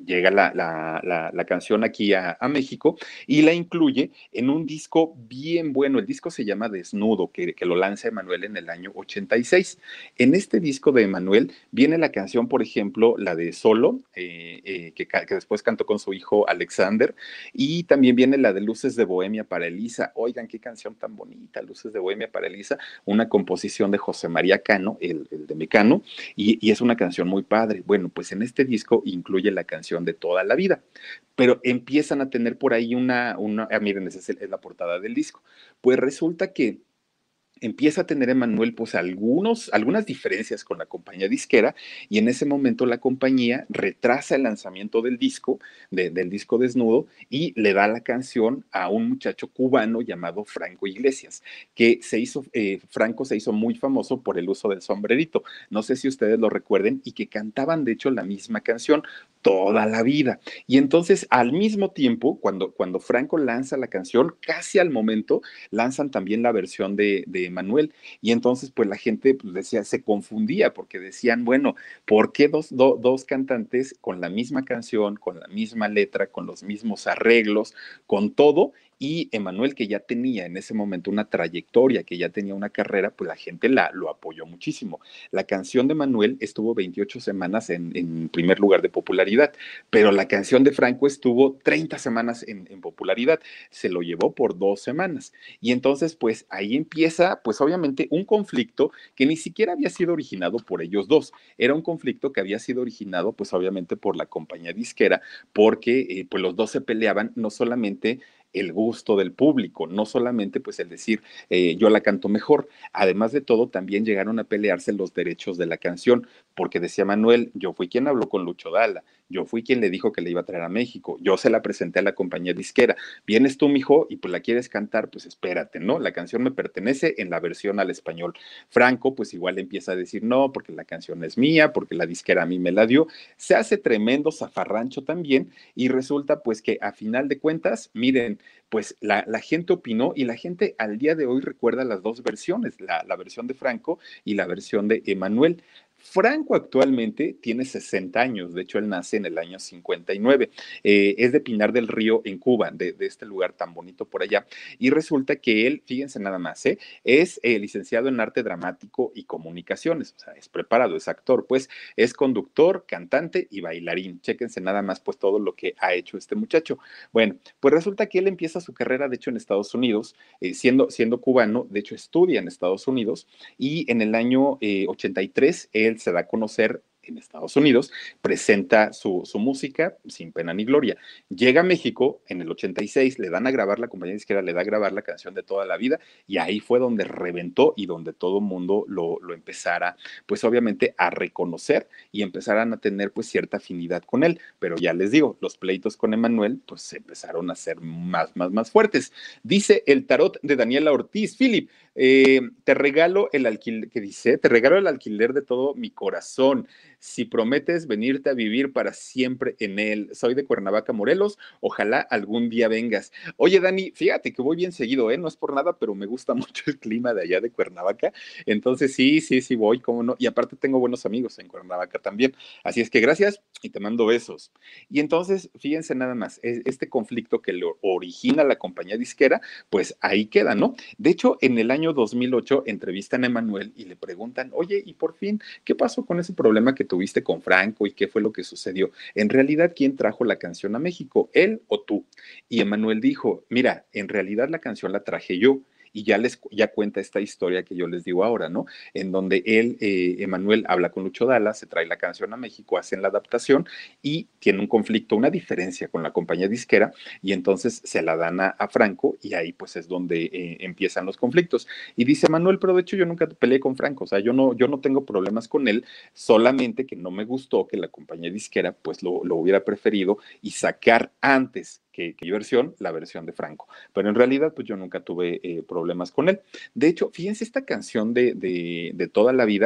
Speaker 3: llega la, la, la, la canción aquí a, a, México y la incluye en un disco bien bueno. El disco se llama Desnudo, que, que lo lanza Emmanuel en el año ochenta y seis. En este disco de Emmanuel viene la canción, por ejemplo, la de Solo, eh, eh, que, que después cantó con su hijo Alexander, y también viene la de Luces de Bohemia para Elisa. Oigan, qué canción tan bonita, Luces de Bohemia para Elisa, una composición de José María Cano, el, el de Mecano, y, y es una canción muy padre. Bueno, pues en este disco incluye la canción de Toda la Vida, pero empiezan a tener por ahí una, una ah, miren, esa es la portada del disco. Pues resulta que empieza a tener Emmanuel pues algunos, algunas diferencias con la compañía disquera y en ese momento la compañía retrasa el lanzamiento del disco, de, del disco Desnudo y le da la canción a un muchacho cubano llamado Franco Iglesias, que se hizo, eh, Franco se hizo muy famoso por el uso del sombrerito, no sé si ustedes lo recuerden, y que cantaban de hecho la misma canción Toda la Vida. Y entonces al mismo tiempo, cuando, cuando Franco lanza la canción, casi al momento lanzan también la versión de, de Manuel. Y entonces, pues la gente pues, decía, se confundía porque decían, bueno, ¿por qué dos, do, dos cantantes con la misma canción, con la misma letra, con los mismos arreglos, con todo? Y Emmanuel, que ya tenía en ese momento una trayectoria, que ya tenía una carrera, pues la gente la, lo apoyó muchísimo. La canción de Manuel estuvo veintiocho semanas en, en primer lugar de popularidad, pero la canción de Franco estuvo treinta semanas en, en popularidad. Se lo llevó por dos semanas. Y entonces, pues ahí empieza, pues obviamente, un conflicto que ni siquiera había sido originado por ellos dos. Era un conflicto que había sido originado, pues obviamente, por la compañía disquera, porque eh, pues los dos se peleaban no solamente el gusto del público, no solamente pues el decir eh, yo la canto mejor, además de todo también llegaron a pelearse los derechos de la canción, porque decía Manuel, yo fui quien habló con Lucho Dalla, yo fui quien le dijo que le iba a traer a México, yo se la presenté a la compañía disquera, vienes tú mijo y pues la quieres cantar, pues espérate, ¿no? La canción me pertenece en la versión al español. Franco pues igual empieza a decir no, porque la canción es mía, porque la disquera a mí me la dio, se hace tremendo zafarrancho también y resulta pues que a final de cuentas, miren, pues la, la, gente opinó y la gente al día de hoy recuerda las dos versiones, la, la versión de Franco y la versión de Emmanuel. Franco actualmente tiene sesenta años, de hecho él nace en el año cincuenta y nueve, eh, es de Pinar del Río en Cuba, de, de, este lugar tan bonito por allá, y resulta que él, fíjense nada más, ¿eh? es eh, licenciado en arte dramático y comunicaciones, o sea, es preparado, es actor, pues es conductor, cantante y bailarín, chéquense nada más pues todo lo que ha hecho este muchacho. Bueno, pues resulta que él empieza su carrera, de hecho en Estados Unidos, eh, siendo, siendo cubano, de hecho estudia en Estados Unidos, y en el año eh, ochenta y tres él se da a conocer en Estados Unidos, presenta su, su música sin pena ni gloria. Llega a México en el ochenta y seis, le dan a grabar, la compañía disquera le da a grabar la canción de Toda la Vida y ahí fue donde reventó y donde todo el mundo lo, lo empezara, pues obviamente a reconocer y empezaran a tener pues cierta afinidad con él. Pero ya les digo, los pleitos con Emmanuel pues se empezaron a ser más, más, más fuertes. Dice el tarot de Daniela Ortiz, Philip, eh, te regalo el alquiler, ¿qué dice? Te regalo el alquiler de todo mi corazón. Si prometes venirte a vivir para siempre en él. Soy de Cuernavaca, Morelos. Ojalá algún día vengas. Oye, Dani, fíjate que voy bien seguido, ¿eh? No es por nada, pero me gusta mucho el clima de allá de Cuernavaca. Entonces, sí, sí, sí voy, cómo no. Y aparte tengo buenos amigos en Cuernavaca también. Así es que gracias y te mando besos. Y entonces, fíjense nada más, este conflicto que lo origina la compañía disquera, pues ahí queda, ¿no? De hecho, en el año dos mil ocho entrevistan a Emmanuel y le preguntan, oye, y por fin, ¿qué pasó con ese problema que tuviste con Franco y qué fue lo que sucedió? En realidad, ¿quién trajo la canción a México? ¿Él o tú? Y Emmanuel dijo, mira, en realidad la canción la traje yo. Y ya les ya cuenta esta historia que yo les digo ahora, ¿no? En donde él, eh, Emmanuel, habla con Lucho Dalla, se trae la canción a México, hacen la adaptación y tiene un conflicto, una diferencia con la compañía disquera y entonces se la dan a, a Franco y ahí pues es donde eh, empiezan los conflictos. Y dice Manuel, pero de hecho yo nunca peleé con Franco, o sea, yo no, yo no tengo problemas con él, solamente que no me gustó que la compañía disquera pues lo, lo hubiera preferido y sacar antes que, que mi versión, la versión de Franco. Pero en realidad, pues yo nunca tuve eh, problemas con él. De hecho, fíjense, esta canción de, de, de Toda la Vida,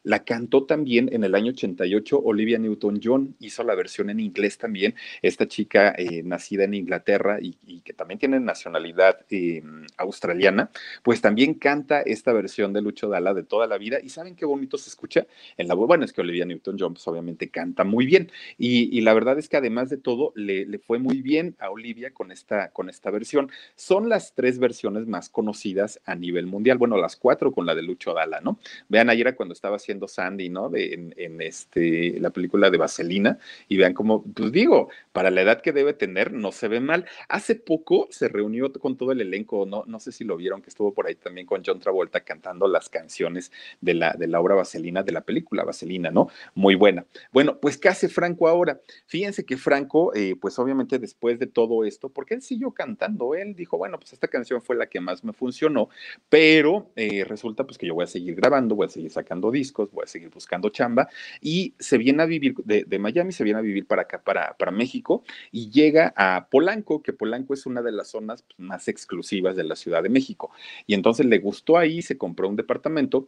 Speaker 3: La cantó también en el año ochenta y ocho Olivia Newton-John, hizo la versión en inglés también, esta chica eh, nacida en Inglaterra y, y, que también tiene nacionalidad eh, australiana, pues también canta esta versión de Lucho Dalla de toda la vida. ¿Y saben qué bonito se escucha? En la voz, bueno, es que Olivia Newton-John pues obviamente canta muy bien y, y, la verdad es que además de todo le, le fue muy bien a Olivia con esta, con esta versión. Son las tres versiones más conocidas a nivel mundial, bueno, las cuatro con la de Lucho Dalla, ¿no? Vean ayer cuando estaba haciendo Sandy, ¿no? De, en, en este, la película de Vaselina y vean cómo, pues digo, para la edad que debe tener no se ve mal. Hace poco se reunió con todo el elenco, no, no sé si lo vieron, que estuvo por ahí también con John Travolta cantando las canciones de la, de la obra Vaselina, de la película Vaselina, ¿no? Muy buena. Bueno, pues ¿qué hace Franco ahora? Fíjense que Franco, eh, pues obviamente después de todo esto, porque él siguió cantando, él dijo, bueno, pues esta canción fue la que más me funcionó, pero eh, resulta pues que yo voy a seguir grabando, voy a seguir sacando discos, voy a seguir buscando chamba, y se viene a vivir de, de Miami, se viene a vivir para acá, para, para México, y llega a Polanco, que Polanco es una de las zonas pues, más exclusivas de la Ciudad de México, y entonces le gustó ahí, se compró un departamento,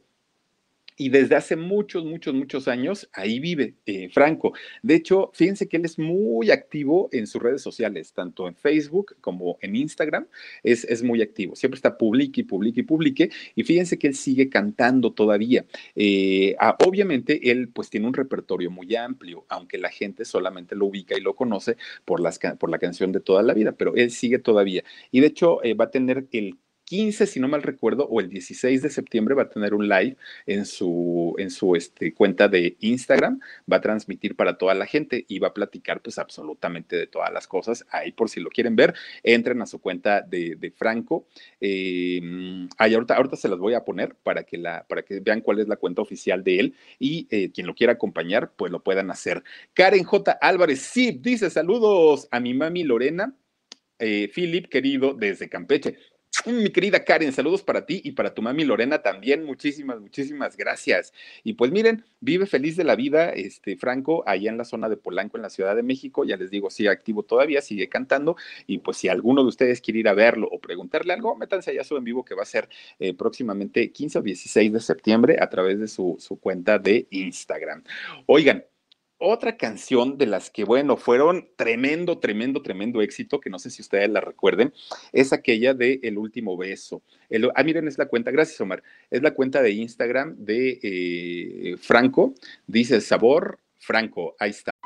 Speaker 3: y desde hace muchos, muchos, muchos años ahí vive eh, Franco. De hecho, fíjense que él es muy activo en sus redes sociales, tanto en Facebook como en Instagram, es, es muy activo. Siempre está publique y publique y publique, y fíjense que él sigue cantando todavía. Eh, ah, obviamente, él pues tiene un repertorio muy amplio, aunque la gente solamente lo ubica y lo conoce por, las, por la canción de Toda la Vida, pero él sigue todavía. Y de hecho, eh, va a tener el quince, si no mal recuerdo, o el dieciséis de septiembre va a tener un live en su, en su este, cuenta de Instagram, va a transmitir para toda la gente y va a platicar pues absolutamente de todas las cosas. Ahí por si lo quieren ver, entren a su cuenta de, de Franco. Eh, ahí ahorita, ahorita se las voy a poner para que, la, para que vean cuál es la cuenta oficial de él y eh, quien lo quiera acompañar, pues lo puedan hacer. Karen J. Álvarez, sí, dice saludos a mi mami Lorena, eh, Philip, querido, desde Campeche. Mi querida Karen, saludos para ti y para tu mami Lorena también. Muchísimas, muchísimas gracias. Y pues miren, vive feliz de la vida, este Franco, allá en la zona de Polanco, en la Ciudad de México. Ya les digo, sigue activo todavía, sigue cantando. Y pues si alguno de ustedes quiere ir a verlo o preguntarle algo, métanse allá a su en vivo que va a ser eh, próximamente quince o dieciséis de septiembre a través de su, su cuenta de Instagram. Oigan, otra canción de las que, bueno, fueron tremendo, tremendo, tremendo éxito, que no sé si ustedes la recuerden, es aquella de El Último Beso. El, ah, miren, es la cuenta, gracias Omar, es la cuenta de Instagram de eh, Franco, dice Sabor Franco, ahí está.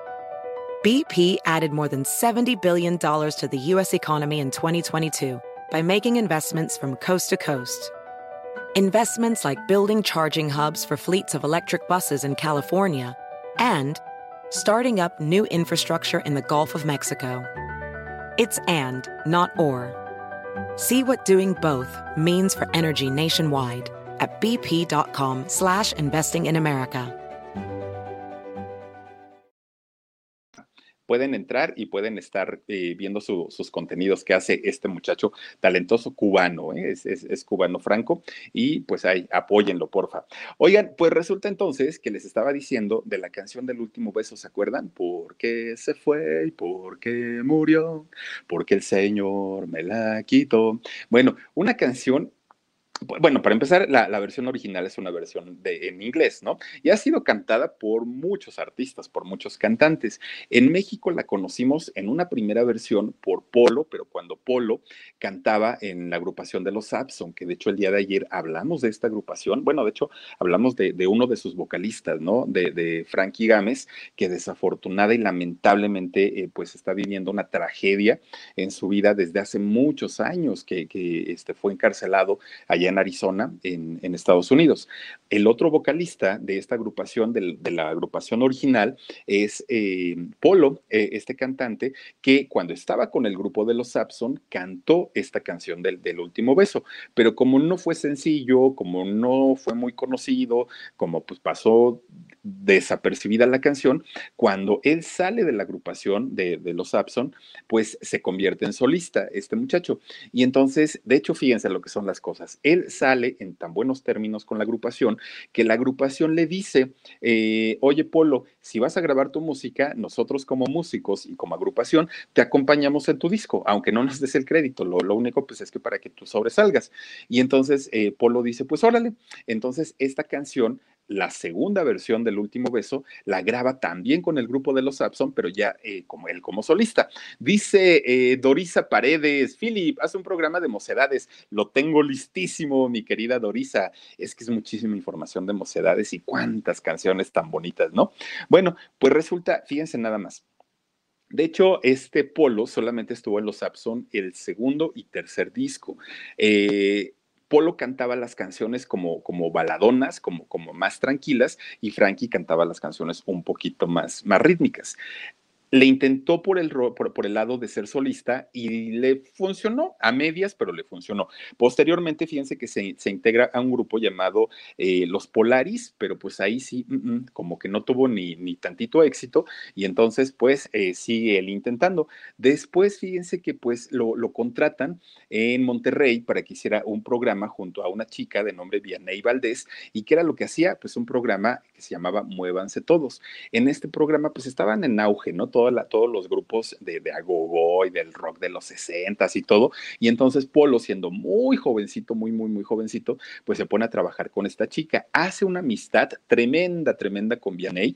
Speaker 1: B P added more than seventy billion dollars to the U S economy in twenty twenty-two by making investments from coast to coast. Investments like building charging hubs for fleets of electric buses in California, and starting up new infrastructure in the Gulf of Mexico. It's and, not or. See what doing both means for energy nationwide at bp.com slash investing in America.
Speaker 3: Pueden entrar y pueden estar eh, viendo su, sus contenidos que hace este muchacho talentoso cubano, ¿eh? es, es, es cubano Franco, y pues ahí, apóyenlo, porfa. Oigan, pues resulta entonces que les estaba diciendo de la canción del Último Beso, ¿se acuerdan? ¿Por qué se fue y por qué murió? Porque el Señor me la quitó. Bueno, una canción. Bueno, para empezar, la, la, versión original es una versión de, en inglés, ¿no? Y ha sido cantada por muchos artistas, por muchos cantantes. En México la conocimos en una primera versión por Polo, pero cuando Polo cantaba en la agrupación de los Saxon, que de hecho el día de ayer hablamos de esta agrupación, bueno, de hecho hablamos de, de uno de sus vocalistas, ¿no? De, de Frankie Gámez, que desafortunada y lamentablemente eh, pues está viviendo una tragedia en su vida desde hace muchos años, que, que este, fue encarcelado allá en Arizona, en, en Estados Unidos. El otro vocalista de esta agrupación, de, de la agrupación original, es eh, Polo, eh, este cantante, que cuando estaba con el grupo de los Saxon, cantó esta canción del, del Último Beso, pero como no fue sencillo, como no fue muy conocido, como pues pasó desapercibida la canción, cuando él sale de la agrupación de, de los Saxon, pues se convierte en solista, este muchacho. Y entonces, de hecho, fíjense lo que son las cosas. Él sale en tan buenos términos con la agrupación que la agrupación le dice, eh, oye Polo, si vas a grabar tu música, nosotros como músicos y como agrupación te acompañamos en tu disco, aunque no nos des el crédito, lo, lo único pues es que para que tú sobresalgas. Y entonces eh, Polo dice, pues órale, entonces esta canción la segunda versión del Último Beso la graba también con el grupo de los Sampson, pero ya eh, como él como solista. Dice eh, Dorisa Paredes, Philip, haz un programa de mocedades. Lo tengo listísimo, mi querida Dorisa. Es que es muchísima información de mocedades y cuántas canciones tan bonitas, ¿no? Bueno, pues resulta, fíjense nada más. De hecho, este Polo solamente estuvo en los Sampson el segundo y tercer disco. Eh, Polo cantaba las canciones como, como baladonas, como, como más tranquilas, y Frankie cantaba las canciones un poquito más, más rítmicas. Le intentó por el, por, por el lado de ser solista y le funcionó a medias, pero le funcionó. Posteriormente, fíjense que se, se integra a un grupo llamado eh, Los Polaris, pero pues ahí sí, mm, mm, como que no tuvo ni, ni tantito éxito y entonces pues eh, sigue él intentando. Después, fíjense que pues lo, lo contratan en Monterrey para que hiciera un programa junto a una chica de nombre Vianey Valdés y ¿qué era lo que hacía? Pues un programa que se llamaba Muévanse Todos. En este programa pues estaban en auge, ¿no? Toda la, todos los grupos de, de agogó y del rock de los sesentas y todo, y entonces Polo, siendo muy jovencito, muy, muy, muy jovencito, pues se pone a trabajar con esta chica, hace una amistad tremenda, tremenda con Vianey,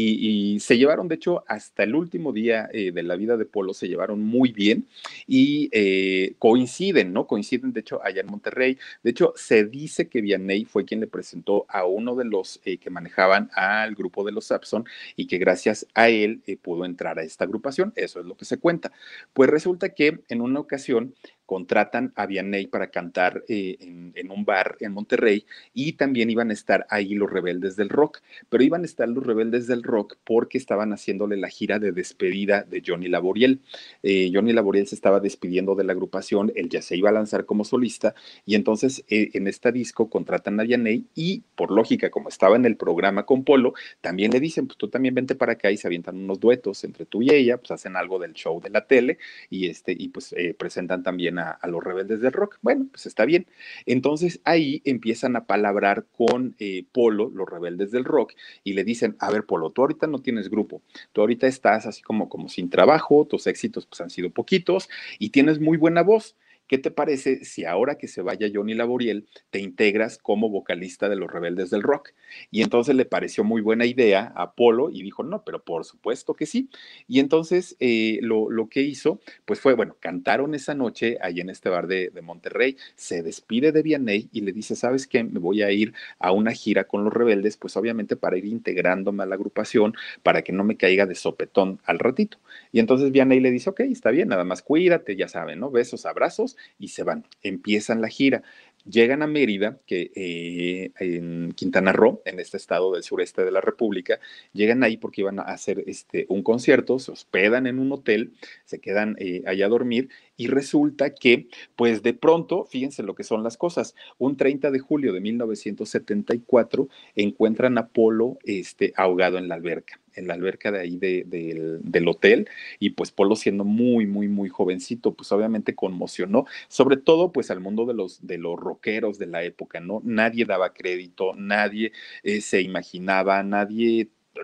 Speaker 3: y, y se llevaron, de hecho, hasta el último día eh, de la vida de Polo, se llevaron muy bien, y eh, coinciden, ¿no? Coinciden, de hecho, allá en Monterrey. De hecho, se dice que Vianey fue quien le presentó a uno de los eh, que manejaban al grupo de los Sampson, y que gracias a él eh, pudo entrar a esta agrupación, eso es lo que se cuenta. Pues resulta que en una ocasión contratan a Vianey para cantar eh, en, en, un bar en Monterrey y también iban a estar ahí los Rebeldes del Rock, pero iban a estar los Rebeldes del Rock porque estaban haciéndole la gira de despedida de Johnny Laboriel. Eh, Johnny Laboriel se estaba despidiendo de la agrupación, él ya se iba a lanzar como solista y entonces eh, en este disco contratan a Vianey y por lógica, como estaba en el programa con Polo, también le dicen, pues tú también vente para acá y se avientan unos duetos entre tú y ella, pues hacen algo del show de la tele y, este, y pues eh, presentan también a, a los Rebeldes del Rock. Bueno, pues está bien. Entonces ahí empiezan a palabrar con eh, Polo, los Rebeldes del Rock, y le dicen, a ver, Polo, tú ahorita no tienes grupo, tú ahorita estás así como, como sin trabajo, tus éxitos pues han sido poquitos y tienes muy buena voz. ¿Qué te parece si ahora que se vaya Johnny Laboriel te integras como vocalista de los Rebeldes del Rock? Y entonces le pareció muy buena idea a Polo y dijo, no, pero por supuesto que sí. Y entonces eh, lo, lo que hizo, pues fue, bueno, cantaron esa noche ahí en este bar de, de Monterrey, se despide de Vianey y le dice, ¿sabes qué? Me voy a ir a una gira con los Rebeldes, pues obviamente para ir integrándome a la agrupación, para que no me caiga de sopetón al ratito. Y entonces Vianey le dice, ok, está bien, nada más cuídate, ya saben, ¿no? Besos, abrazos, y se van, empiezan la gira. Llegan a Mérida, que eh, en Quintana Roo, en este estado del sureste de la República, llegan ahí porque iban a hacer este, un concierto, se hospedan en un hotel, se quedan eh, allá a dormir y resulta que, pues de pronto, fíjense lo que son las cosas, un treinta de julio de mil novecientos setenta y cuatro encuentran a Polo este, ahogado en la alberca, en la alberca de ahí de, de, del, del hotel, y pues Polo siendo muy, muy, muy jovencito, pues obviamente conmocionó, sobre todo pues al mundo de los, de los rockeros de la época, ¿no? Nadie daba crédito, nadie eh, se imaginaba, nadie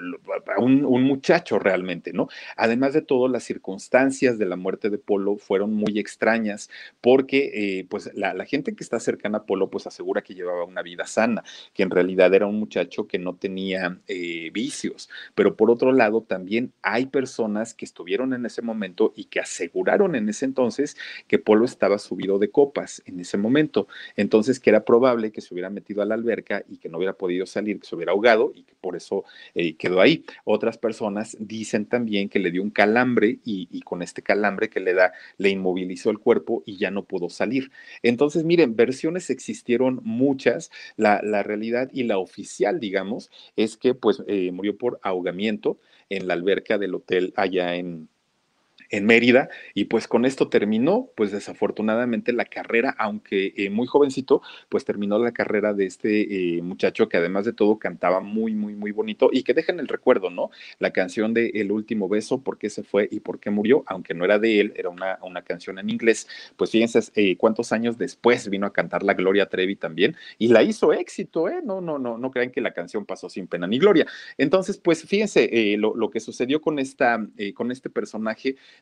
Speaker 3: Un, un muchacho realmente, ¿no? Además de todo, las circunstancias de la muerte de Polo fueron muy extrañas porque eh, pues la, la gente que está cercana a Polo pues asegura que llevaba una vida sana, que en realidad era un muchacho que no tenía eh, vicios, pero por otro lado también hay personas que estuvieron en ese momento y que aseguraron en ese entonces que Polo estaba subido de copas en ese momento, entonces que era probable que se hubiera metido a la alberca y que no hubiera podido salir, que se hubiera ahogado y que por eso eh, quedó ahí. Otras personas dicen también que le dio un calambre y, y con este calambre que le da, le inmovilizó el cuerpo y ya no pudo salir. Entonces, miren, versiones existieron muchas. La, la realidad y la oficial, digamos, es que pues eh, murió por ahogamiento en la alberca del hotel allá en en Mérida, y pues con esto terminó, pues desafortunadamente la carrera, aunque eh, muy jovencito, pues terminó la carrera de este eh, muchacho que además de todo cantaba muy, muy, muy bonito y que deja en el recuerdo, ¿no? La canción de El Último Beso, por qué se fue y por qué murió, aunque no era de él, era una, una canción en inglés, pues fíjense eh, cuántos años después vino a cantar la Gloria Trevi también y la hizo éxito, ¿eh? No, no, no, no crean que la canción pasó sin pena ni gloria. Entonces, pues fíjense eh, lo, lo que sucedió con, esta, eh, con este personaje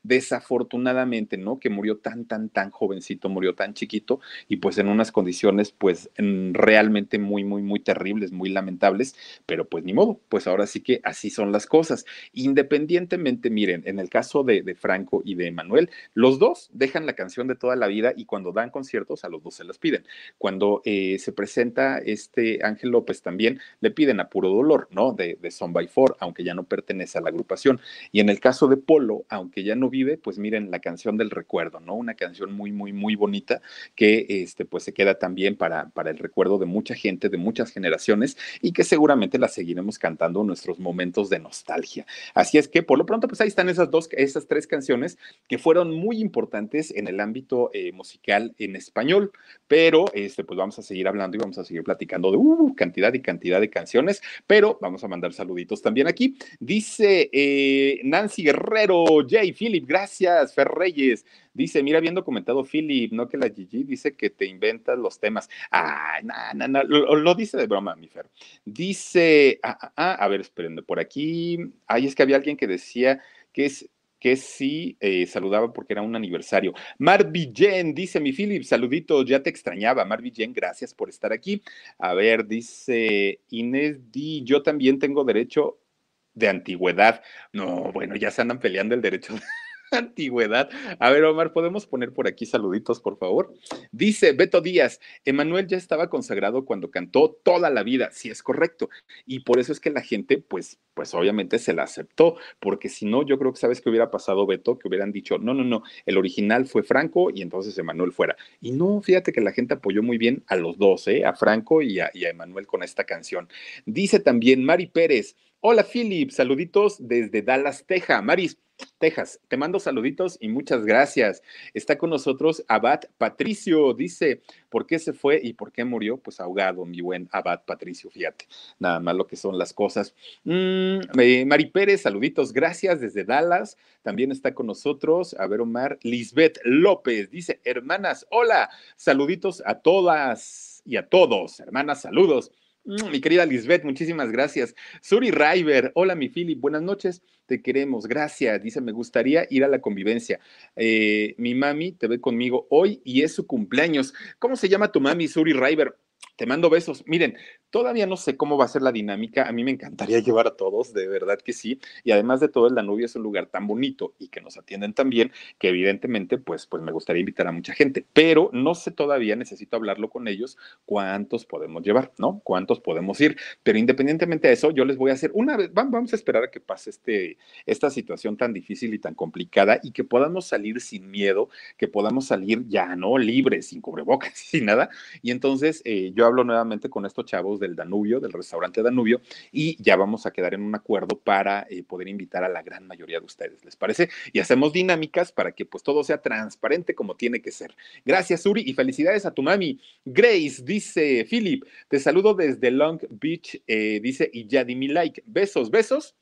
Speaker 3: desafortunadamente, ¿no? Que murió tan, tan, tan jovencito, murió tan chiquito y pues en unas condiciones pues realmente muy, muy, muy terribles, muy lamentables, pero pues ni modo, pues ahora sí que así son las cosas. Independientemente, miren, en el caso de, de Franco y de Emanuel, los dos dejan la canción de toda la vida y cuando dan conciertos a los dos se las piden. Cuando eh, se presenta este Ángel López también le piden a Puro Dolor, ¿no? De, de Son by Four, aunque ya no pertenece a la agrupación. Y en el caso de Polo, aunque ya no vive, pues miren la canción del recuerdo, ¿no? Una canción muy, muy, muy bonita que este, pues se queda también para, para el recuerdo de mucha gente, de muchas generaciones y que seguramente la seguiremos cantando en nuestros momentos de nostalgia. Así es que por lo pronto, pues ahí están esas dos, esas tres canciones que fueron muy importantes en el ámbito eh, musical en español, pero este, pues vamos a seguir hablando y vamos a seguir platicando de uh, cantidad y cantidad de canciones, pero vamos a mandar saluditos también aquí. Dice eh, Nancy Guerrero, Jay, Philip, gracias, Fer Reyes. Dice, mira, habiendo comentado Philip, no que la Gigi dice que te inventas los temas. Ah, no, no, no, lo, lo dice de broma, mi Fer. Dice, ah, ah, ah, a ver, espérenme, por aquí, ay, es que había alguien que decía que es que sí eh, saludaba porque era un aniversario. Mar Villén, dice mi Philip, saluditos, ya te extrañaba. Mar Villén, gracias por estar aquí. A ver, dice Inés Di, yo también tengo derecho de antigüedad. No, bueno, ya se andan peleando el derecho de antigüedad. A ver, Omar, ¿podemos poner por aquí saluditos, por favor? Dice Beto Díaz, Emanuel ya estaba consagrado cuando cantó toda la vida. Sí, es correcto. Y por eso es que la gente, pues, pues obviamente se la aceptó, porque si no, yo creo que sabes qué hubiera pasado, Beto, que hubieran dicho, no, no, no, el original fue Franco y entonces Emanuel fuera. Y no, fíjate que la gente apoyó muy bien a los dos, ¿eh? A Franco y a, y a Emanuel con esta canción. Dice también Mari Pérez, hola Philip, saluditos desde Dallas, Texas. Maris, Texas, te mando saluditos y muchas gracias. Está con nosotros Abad Patricio, dice, ¿por qué se fue y por qué murió? Pues ahogado, mi buen Abad Patricio, fíjate, nada más lo que son las cosas. Mm, eh, Mari Pérez, saluditos, gracias desde Dallas. También está con nosotros, a ver Omar, Lisbeth López, dice, hermanas, hola, saluditos a todas y a todos, hermanas, saludos. Mi querida Lisbeth, muchísimas gracias. Suri River, hola mi Philip, buenas noches, te queremos, gracias. Dice, me gustaría ir a la convivencia. Eh, mi mami te ve conmigo hoy y es su cumpleaños. ¿Cómo se llama tu mami, Suri River? Te mando besos. Miren, todavía no sé cómo va a ser la dinámica. A mí me encantaría llevar a todos, de verdad que sí. Y además de todo, el Danubio es un lugar tan bonito y que nos atienden tan bien que evidentemente, pues, pues me gustaría invitar a mucha gente. Pero no sé todavía, necesito hablarlo con ellos, cuántos podemos llevar, ¿no? Cuántos podemos ir. Pero independientemente de eso, yo les voy a hacer una vez, vamos a esperar a que pase este, esta situación tan difícil y tan complicada y que podamos salir sin miedo, que podamos salir ya, ¿no? Libres, sin cubrebocas, sin nada. Y entonces eh, yo hablo nuevamente con estos chavos del Danubio, del restaurante Danubio, y ya vamos a quedar en un acuerdo para eh, poder invitar a la gran mayoría de ustedes, ¿les parece? Y hacemos dinámicas para que pues todo sea transparente como tiene que ser. Gracias, Uri, y felicidades a tu mami. Grace dice, Philip, te saludo desde Long Beach, eh, dice, y ya di mi like. Besos, besos.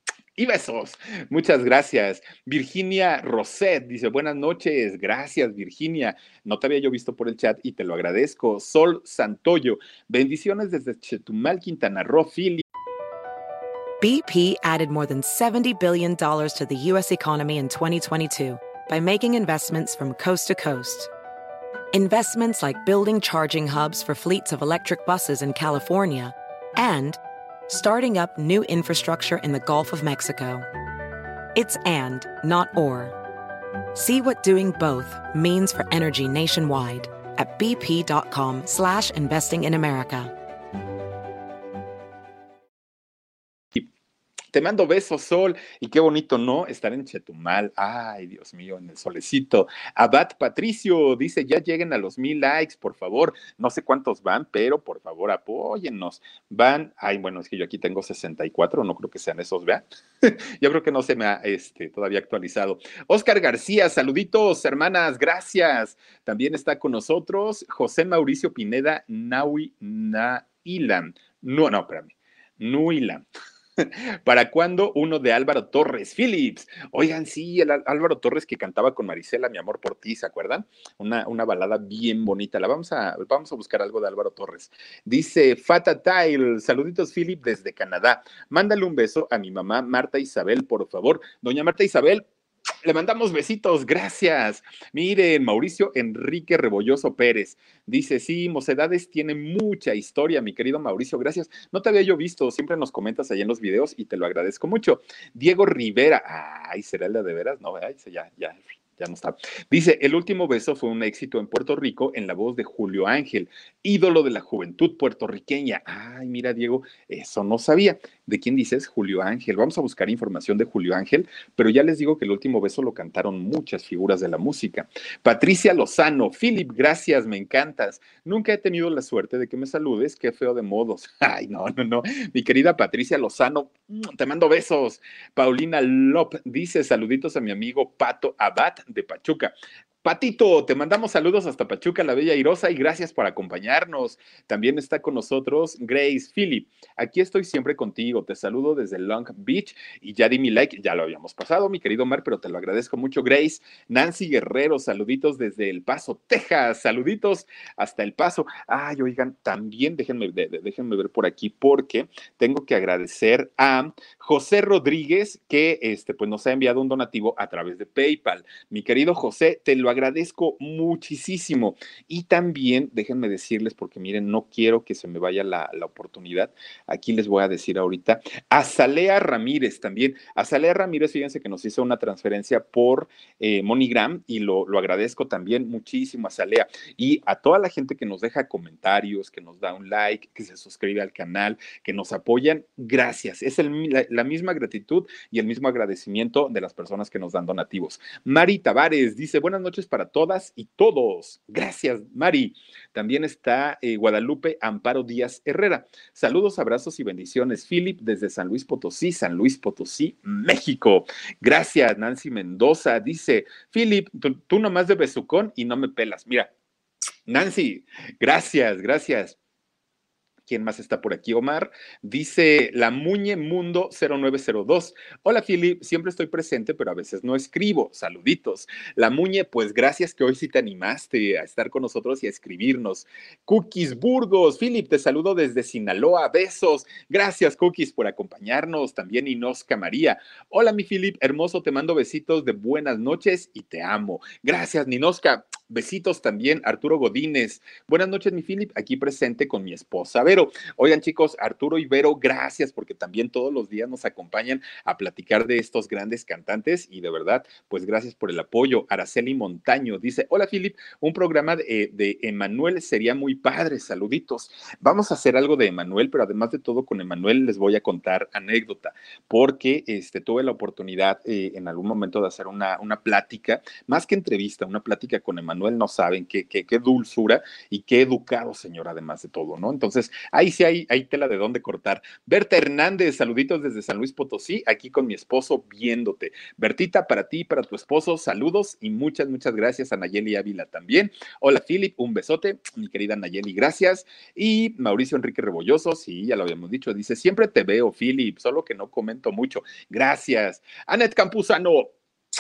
Speaker 3: Y besos. Muchas gracias. Virginia Roset dice, buenas noches. Gracias, Virginia. No te había yo visto por el chat y te lo agradezco. Sol Santoyo. Bendiciones desde Chetumal, Quintana Roo, Philly.
Speaker 1: B P added more than seventy billion dollars to the U S economy in twenty twenty-two by making investments from coast to coast. Investments like building charging hubs for fleets of electric buses in California and starting up new infrastructure in the Gulf of Mexico. It's and, not or. See what doing both means for energy nationwide at bp.com slash investing in America.
Speaker 3: Te mando besos, Sol, y qué bonito, ¿no? Estar en Chetumal, ay, Dios mío, en el solecito. Abad Patricio dice, ya lleguen a los mil likes, por favor, no sé cuántos van, pero por favor, apóyennos. Van, ay, bueno, es que yo aquí tengo sesenta y cuatro, no creo que sean esos, vean. Yo creo que no se me ha este, todavía actualizado. Oscar García, saluditos, hermanas, gracias. También está con nosotros José Mauricio Pineda Naui Nailan. No, no, espérame, Nuilan. ¿Para cuándo uno de Álvaro Torres? Phillips. Oigan, sí, el Álvaro Torres que cantaba con Marisela, Mi amor por ti, ¿se acuerdan? Una, una balada bien bonita. La vamos a, vamos a buscar algo de Álvaro Torres. Dice Fata Tile, saluditos Philip desde Canadá. Mándale un beso a mi mamá Marta Isabel, por favor. Doña Marta Isabel, Le mandamos besitos, gracias. Miren, Mauricio Enrique Rebolloso Pérez dice, sí, Mocedades tiene mucha historia, mi querido Mauricio, gracias. No te había yo visto, siempre nos comentas ahí en los videos y te lo agradezco mucho. Diego Rivera, ay, ¿será el de veras? No, ay, ya, ya, ya no está. Dice, el último beso fue un éxito en Puerto Rico en la voz de Julio Ángel, ídolo de la juventud puertorriqueña. Ay, mira, Diego, eso no sabía. ¿De quién dices? Julio Ángel. Vamos a buscar información de Julio Ángel, pero ya les digo que el último beso lo cantaron muchas figuras de la música. Patricia Lozano, Philip, gracias, me encantas. Nunca he tenido la suerte de que me saludes, qué feo de modos. Ay, no, no, no. Mi querida Patricia Lozano, te mando besos. Paulina Lop dice, saluditos a mi amigo Pato Abad de Pachuca. Patito, te mandamos saludos hasta Pachuca, la Bella Airosa, y gracias por acompañarnos. También está con nosotros Grace Philip. Aquí estoy siempre contigo. Te saludo desde Long Beach y ya di mi like. Ya lo habíamos pasado, mi querido Mar, pero te lo agradezco mucho, Grace. Nancy Guerrero, saluditos desde El Paso, Texas. Saluditos hasta El Paso. Ay, oigan, también déjenme, de, de, déjenme ver por aquí porque tengo que agradecer a José Rodríguez que este, pues nos ha enviado un donativo a través de PayPal. Mi querido José, te lo agradezco muchísimo. Y también, déjenme decirles, porque miren, no quiero que se me vaya la, la oportunidad, aquí les voy a decir ahorita, Azalea Ramírez también. Azalea Ramírez, fíjense que nos hizo una transferencia por eh, MoneyGram y lo, lo agradezco también muchísimo, Azalea. Y a toda la gente que nos deja comentarios, que nos da un like, que se suscribe al canal, que nos apoyan, gracias. Es el, la, la misma gratitud y el mismo agradecimiento de las personas que nos dan donativos. Mari Tavares dice, buenas noches para todas y todos. Gracias, Mari. También está eh, Guadalupe Amparo Díaz Herrera. Saludos, abrazos y bendiciones. Philip desde San Luis Potosí, San Luis Potosí, México. Gracias, Nancy Mendoza. Dice, Philip, tú, tú nomás de besucón y no me pelas. Mira, Nancy, gracias, gracias. ¿Quién más está por aquí? Omar dice, la Muñe Mundo cero nueve cero dos. Hola, Philip, siempre estoy presente, pero a veces no escribo. Saluditos. La Muñe, pues gracias que hoy sí te animaste a estar con nosotros y a escribirnos. Cookies Burgos, Philip, te saludo desde Sinaloa. Besos. Gracias, Cookies, por acompañarnos. También Inosca María. Hola, mi Philip, hermoso, te mando besitos de buenas noches y te amo. Gracias, Ninosca. Besitos también, Arturo Godínez. Buenas noches, mi Philip, aquí presente con mi esposa Vero. Oigan, chicos, Arturo y Vero, gracias porque también todos los días nos acompañan a platicar de estos grandes cantantes y de verdad, pues gracias por el apoyo. Araceli Montaño dice, hola, Philip, un programa de, de Emanuel sería muy padre, saluditos. Vamos a hacer algo de Emanuel, pero además de todo con Emanuel les voy a contar anécdota, porque este, tuve la oportunidad eh, en algún momento de hacer una, una plática, más que entrevista, una plática con Emanuel. Manuel, no saben qué, qué, qué dulzura y qué educado, señor, además de todo, ¿no? Entonces, ahí sí hay, hay tela de dónde cortar. Berta Hernández, saluditos desde San Luis Potosí, aquí con mi esposo viéndote. Bertita, para ti y para tu esposo, saludos y muchas, muchas gracias a Nayeli Ávila también. Hola, Philip, un besote, mi querida Nayeli, gracias. Y Mauricio Enrique Rebolloso, sí, ya lo habíamos dicho, dice, siempre te veo, Philip, solo que no comento mucho. Gracias. Anet Campuzano,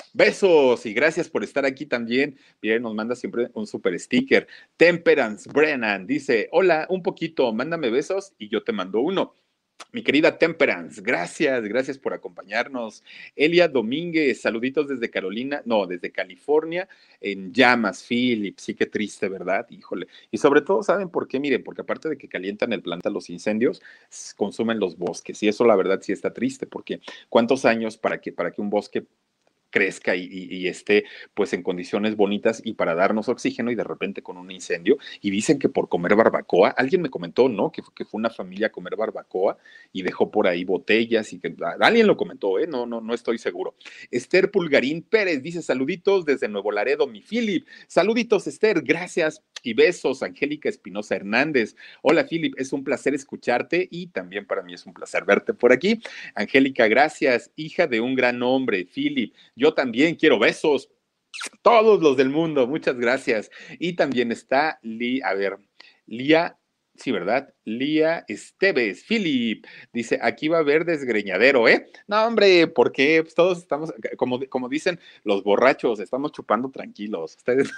Speaker 3: besos y gracias por estar aquí también. Bien, nos manda siempre un super sticker. Temperance Brennan dice, hola, un poquito, mándame besos y yo te mando uno. Mi querida Temperance, gracias, gracias por acompañarnos. Elia Domínguez, saluditos desde Carolina, no, desde California, en llamas, Philip, sí que triste, ¿verdad? Híjole. Y sobre todo, ¿saben por qué? Miren, porque aparte de que calientan el planeta los incendios, consumen los bosques. Y eso la verdad sí está triste, porque ¿cuántos años para que, para que un bosque crezca y, y, y esté pues en condiciones bonitas y para darnos oxígeno y de repente con un incendio? Y dicen que por comer barbacoa, alguien me comentó, ¿no? Que, que fue una familia a comer barbacoa y dejó por ahí botellas y que alguien lo comentó, ¿eh? No, no, no estoy seguro. Esther Pulgarín Pérez dice, saluditos desde Nuevo Laredo, mi Philip. Saluditos, Esther, gracias y besos. Angélica Espinosa Hernández. Hola, Philip, es un placer escucharte y también para mí es un placer verte por aquí. Angélica, gracias, hija de un gran hombre, Philip. Yo también quiero besos, todos los del mundo, muchas gracias. Y también está, Lee, a ver, Lía Sí, ¿verdad? Lía Esteves, Philip, dice, aquí va a haber desgreñadero, ¿eh? No, hombre, porque pues todos estamos, como, como dicen los borrachos, estamos chupando tranquilos. Ustedes.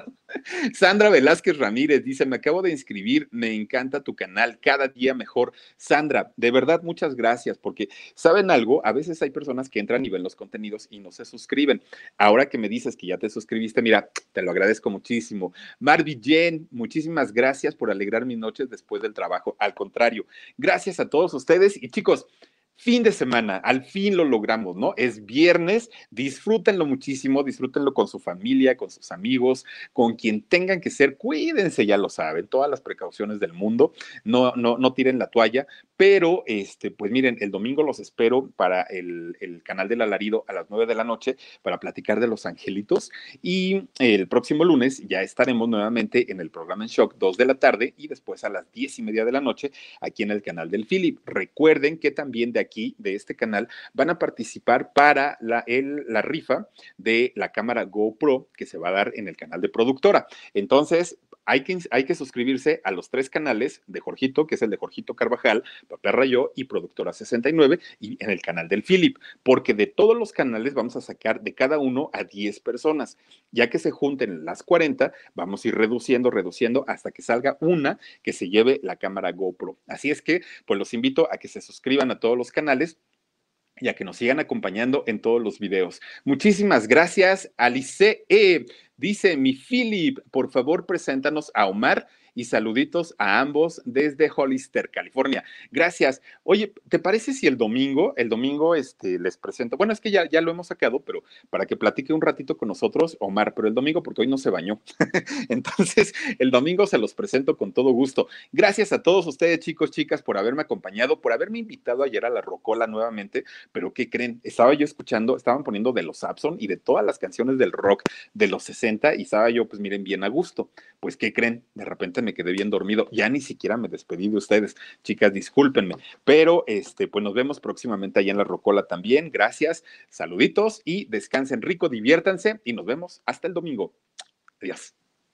Speaker 3: Sandra Velázquez Ramírez dice, me acabo de inscribir, me encanta tu canal, cada día mejor. Sandra, de verdad, muchas gracias, porque ¿saben algo? A veces hay personas que entran y ven los contenidos y no se suscriben. Ahora que me dices que ya te suscribiste, mira, te lo agradezco muchísimo. Marvi Jen, muchísimas gracias por alegrar mis noches después del trabajo. Al contrario, gracias a todos ustedes y chicos, fin de semana, al fin lo logramos, ¿no? Es viernes, disfrútenlo muchísimo, disfrútenlo con su familia, con sus amigos, con quien tengan que ser, cuídense, ya lo saben, todas las precauciones del mundo, no, no, no tiren la toalla, pero, este, pues miren, el domingo los espero para el, el canal del Alarido a las nueve de la noche para platicar de los angelitos y el próximo lunes ya estaremos nuevamente en el programa En Shock, dos de la tarde y después a las diez y media de la noche aquí en el canal del Philip. Recuerden que también de aquí, de este canal, van a participar para la, el, la rifa de la cámara GoPro que se va a dar en el canal de Productora. Entonces, hay que, hay que suscribirse a los tres canales de Jorgito, que es el de Jorgito Carvajal, Papá Rayó y Productora sesenta y nueve, y en el canal del Philip, porque de todos los canales vamos a sacar de cada uno a diez personas. Ya que se junten las cuarenta, vamos a ir reduciendo, reduciendo hasta que salga una que se lleve la cámara GoPro. Así es que, pues los invito a que se suscriban a todos los canales y a que nos sigan acompañando en todos los videos. Muchísimas gracias, Alice. E. Dice mi Philip, por favor, preséntanos a Omar y saluditos a ambos desde Hollister, California. Gracias. Oye, ¿te parece si el domingo, el domingo este, les presento? Bueno, es que ya, ya lo hemos sacado, pero para que platique un ratito con nosotros, Omar, pero el domingo porque hoy no se bañó. Entonces, el domingo se los presento con todo gusto. Gracias a todos ustedes, chicos, chicas, por haberme acompañado, por haberme invitado ayer a la Rocola nuevamente, pero ¿qué creen? Estaba yo escuchando, estaban poniendo de los Abson y de todas las canciones del rock de los sesenta y estaba yo, pues miren, bien a gusto. Pues, ¿qué creen? De repente me quedé bien dormido, ya ni siquiera me despedí de ustedes, chicas, discúlpenme, pero este, pues nos vemos próximamente allá en la Rocola también, gracias, saluditos y descansen rico, diviértanse y nos vemos hasta el domingo. Adiós.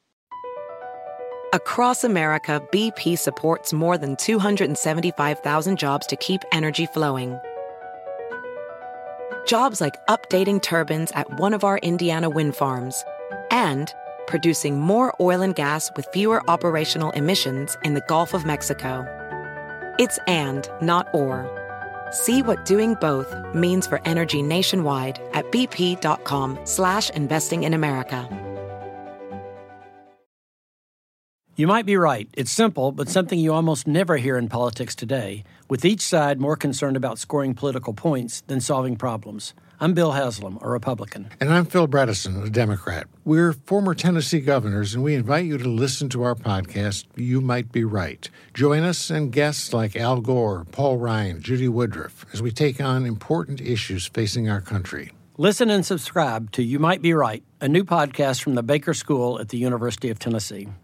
Speaker 1: Across America, B P supports more than two hundred seventy-five thousand jobs to keep energy flowing. Jobs like updating turbines at one of our Indiana wind farms and producing more oil and gas with fewer operational emissions in the Gulf of Mexico. It's and, not or. See what doing both means for energy nationwide at bp.com slash investing in America.
Speaker 4: You might be right. It's simple, but something you almost never hear in politics today, with each side more concerned about scoring political points than solving problems. I'm Bill Haslam, a Republican.
Speaker 5: And I'm Phil Bredesen, a Democrat. We're former Tennessee governors, and we invite you to listen to our podcast, You Might Be Right. Join us and guests like Al Gore, Paul Ryan, Judy Woodruff, as we take on important issues facing our country.
Speaker 4: Listen and subscribe to You Might Be Right, a new podcast from the Baker School at the University of Tennessee.